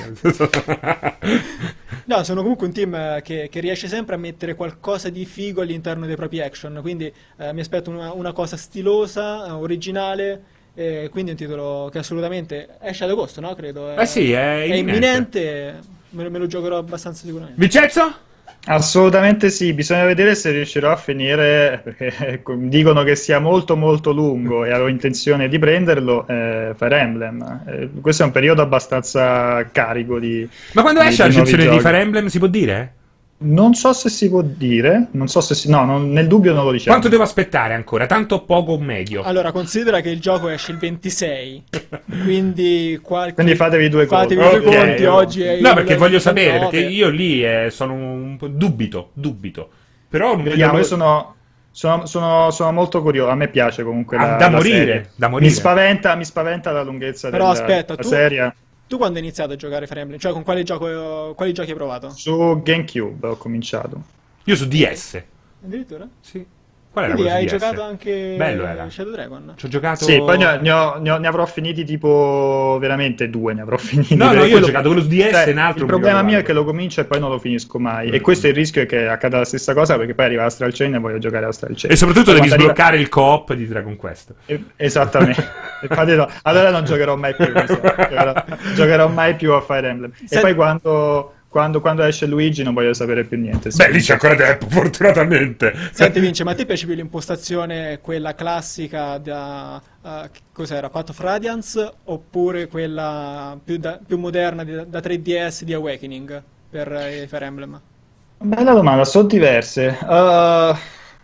No, sono comunque un team che, che riesce sempre a mettere qualcosa di figo all'interno dei propri action, quindi eh, mi aspetto una, una cosa stilosa, eh, originale. Eh, quindi è un titolo che assolutamente esce ad agosto, no? Credo. È, Eh sì, è è imminente. imminente. Me, lo- me lo giocherò abbastanza sicuramente. Vincenzo? Assolutamente sì, bisogna vedere se riuscirò a finire, perché ecco, dicono che sia molto molto lungo e avevo intenzione di prenderlo, eh, Fire Emblem. Eh, questo è un periodo abbastanza carico di Ma quando di- esce la di nuovi recensione di giochi. Fire Emblem si può dire? Non so se si può dire, non so se si... no, non- nel dubbio non lo diciamo. Quanto devo aspettare ancora? Tanto, poco o medio? Allora, considera che il gioco esce il ventisei, quindi qualche... Quindi fatevi due fatevi conti. due Ok, conti. oh. Oggi è No, il perché voglio sapere, diciannove. perché io lì eh, sono un po' dubito, dubito. Però non Vediamo, vedo- io sono, sono, sono, sono molto curioso, a me piace comunque Ah, la, da la morire, serie. da morire. Mi spaventa, mi spaventa la lunghezza Però della, aspetta, della tu- serie. Tu quando hai iniziato a giocare Fire Emblem? Cioè con quale gioco, quali giochi hai provato? Su GameCube ho cominciato. Io su D S. Addirittura? Sì. Qual era Quindi quello hai su D S? giocato anche Bello era. Shadow Dragon? Ci ho giocato... Sì, poi ne, ho- ne ho- ne ho- ne avrò finiti tipo veramente due, ne avrò finiti. No, no, Perché io ho giocato quello su D S cioè, e un altro il mi problema ricordo mio è l'altro. che lo comincio e poi non lo finisco mai. Mm. E questo è il rischio, è che accada la stessa cosa, perché poi arriva Astral Chain e voglio giocare a Astral Chain. E soprattutto Poi devi quando arriva- sbloccare il co-op di Dragon Quest. Eh, Esattamente. Infatti no, allora non giocherò mai più, mi sa. giocherò, giocherò mai più a Fire Emblem. E Senti- poi quando, quando, quando esce Luigi non voglio sapere più niente. Beh, lì c'è ancora tempo, fortunatamente. Senti Vince, ma a te piace più l'impostazione quella classica da uh, cos'era? Path of Radiance, oppure quella più, da- più moderna di- da tre D S di Awakening per eh, Fire Emblem? Bella domanda, sono diverse. Uh,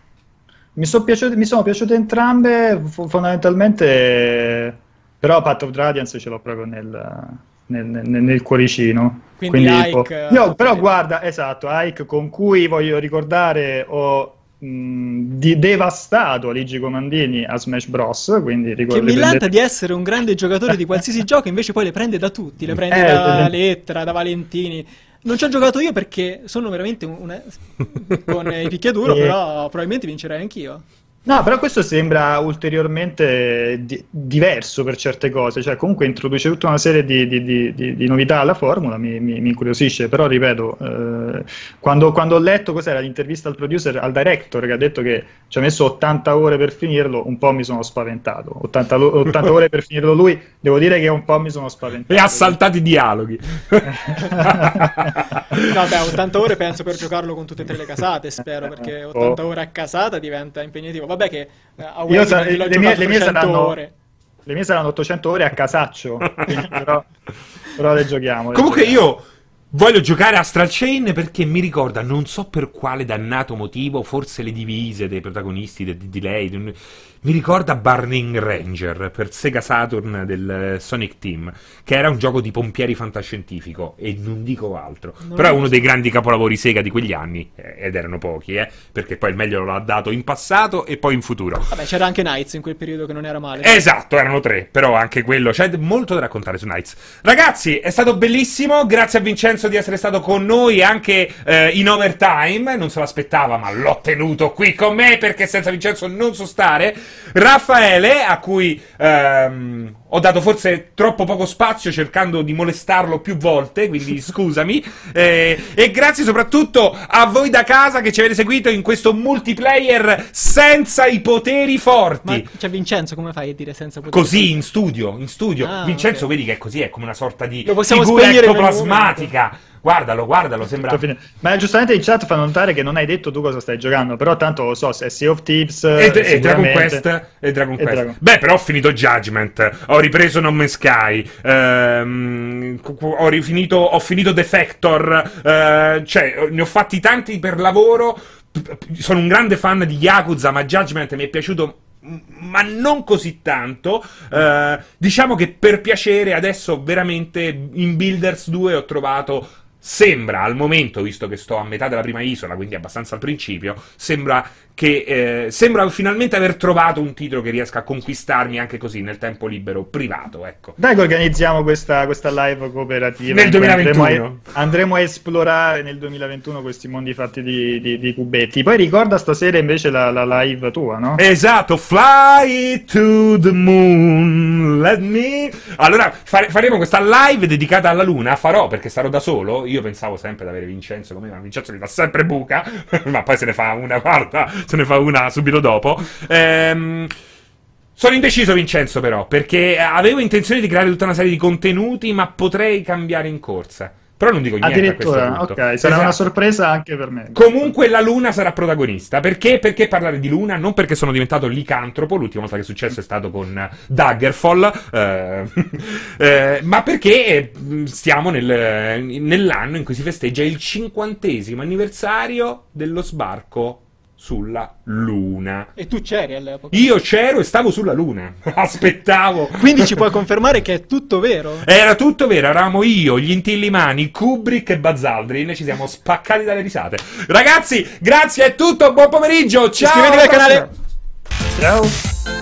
mi, so piaciute- mi sono piaciute entrambe, fo- fondamentalmente, però Path of Radiance ce l'ho proprio nel, nel, nel- nel cuoricino. Quindi tipo- Ike, io, eh, però preferito. guarda, esatto, Ike, con cui voglio ricordare ho mh, di devastato Luigi Comandini a Smash Bros, quindi Che ricordo millanta di essere un grande giocatore di qualsiasi gioco, invece poi le prende da tutti, le prende Eh, da eh. Lettera, da Valentini. Non ci ho giocato io perché sono veramente un, un- con i picchiaduro, Eh. però probabilmente vincerei anch'io. No, però questo sembra ulteriormente di- diverso per certe cose, cioè comunque introduce tutta una serie di, di- di- di- di novità alla formula, mi, mi- mi incuriosisce, però ripeto, eh, quando, quando ho letto cos'era l'intervista al producer, al director, che ha detto che ci ha messo ottanta ore per finirlo, un po' mi sono spaventato, ottanta, lo- ottanta ore per finirlo lui, devo dire che un po' mi sono spaventato. E ha saltato i dialoghi. No, beh, ottanta ore penso per giocarlo con tutte e tre le casate, spero, perché ottanta ore a casata diventa impegnativo. Vabbè che eh, a Io sa- Awakening l'ho le mie- giocato le mie trecento saranno- ore. Le mie saranno ottocento ore a casaccio, quindi però, però le giochiamo. le Comunque giochiamo. io voglio giocare a Astral Chain perché mi ricorda, non so per quale dannato motivo, forse le divise dei protagonisti, de- di, di lei, di- mi ricorda Burning Ranger per Sega Saturn del eh, Sonic Team, che era un gioco di pompieri fantascientifico e non dico altro. Non Però è lo uno so. dei grandi capolavori Sega di quegli anni, eh, ed erano pochi, eh, perché poi il meglio l'ha dato in passato e poi in futuro. Vabbè, c'era anche Knights in quel periodo che non era male. Esatto, erano tre, però anche quello, c'è molto da raccontare su Knights. Ragazzi, è stato bellissimo, grazie a Vincenzo di essere stato con noi anche eh, in overtime, non se l'aspettava, ma l'ho tenuto qui con me perché senza Vincenzo non so stare. Raffaele, a cui ehm, ho dato forse troppo poco spazio cercando di molestarlo più volte, quindi scusami. Eh, e grazie soprattutto a voi da casa che ci avete seguito in questo multiplayer senza i poteri forti. Ma cioè Vincenzo, come fai a dire senza poter... Così, in studio, in studio. Ah, Vincenzo, ok. vedi che è così, è come una sorta di Lo possiamo figura spegnere in un ectoplasmatica. Guardalo, guardalo, sembra... Tutto fine. Ma giustamente in chat fanno notare che non hai detto tu cosa stai giocando, però tanto lo so, se è Sea of Thieves E, e Dragon sicuramente. Quest, e Dragon E Quest. Dragon- Beh, però ho finito Judgment, ho ripreso No Man's Sky, ehm, cu- cu- ho, rifinito, ho finito Defector, eh, cioè ne ho fatti tanti per lavoro. Sono un grande fan di Yakuza, ma Judgment mi è piaciuto, ma non così tanto. Eh, diciamo che per piacere adesso veramente in Builders due ho trovato, sembra al momento, visto che sto a metà della prima isola, quindi abbastanza al principio, sembra che eh, sembra finalmente aver trovato un titolo che riesca a conquistarmi anche così nel tempo libero privato, ecco. Dai che organizziamo questa, questa live cooperativa nel duemilaventuno. Andremo a, andremo a esplorare nel duemilaventuno questi mondi fatti di, di, di cubetti. Poi ricorda stasera invece la, la live tua, no? Esatto, fly to the moon, let me... Allora, fare, faremo questa live dedicata alla luna, farò perché sarò da solo, io pensavo sempre di avere Vincenzo come me, ma Vincenzo mi dà sempre buca, ma poi se ne fa una, guarda, se ne fa una subito dopo. Ehm... Sono indeciso, Vincenzo, però, perché avevo intenzione di creare tutta una serie di contenuti, ma potrei cambiare in corsa. Però non dico niente a questo Addirittura, punto. ok, sarà Esatto. una sorpresa anche per me. Comunque la luna sarà protagonista. Perché? Perché parlare di luna? Non perché sono diventato licantropo, l'ultima volta che è successo è stato con Daggerfall, eh, eh, ma perché stiamo nel, nell'anno in cui si festeggia il cinquantesimo anniversario dello sbarco sulla luna. E tu c'eri all'epoca. Io c'ero e stavo sulla luna. Aspettavo. Quindi ci puoi confermare che è tutto vero? Era tutto vero, eravamo io, gli Intillimani, Kubrick e Buzz Aldrin, ci siamo spaccati dalle risate. Ragazzi, grazie, è tutto, buon pomeriggio, ciao! Iscrivetevi al canale! Ciao!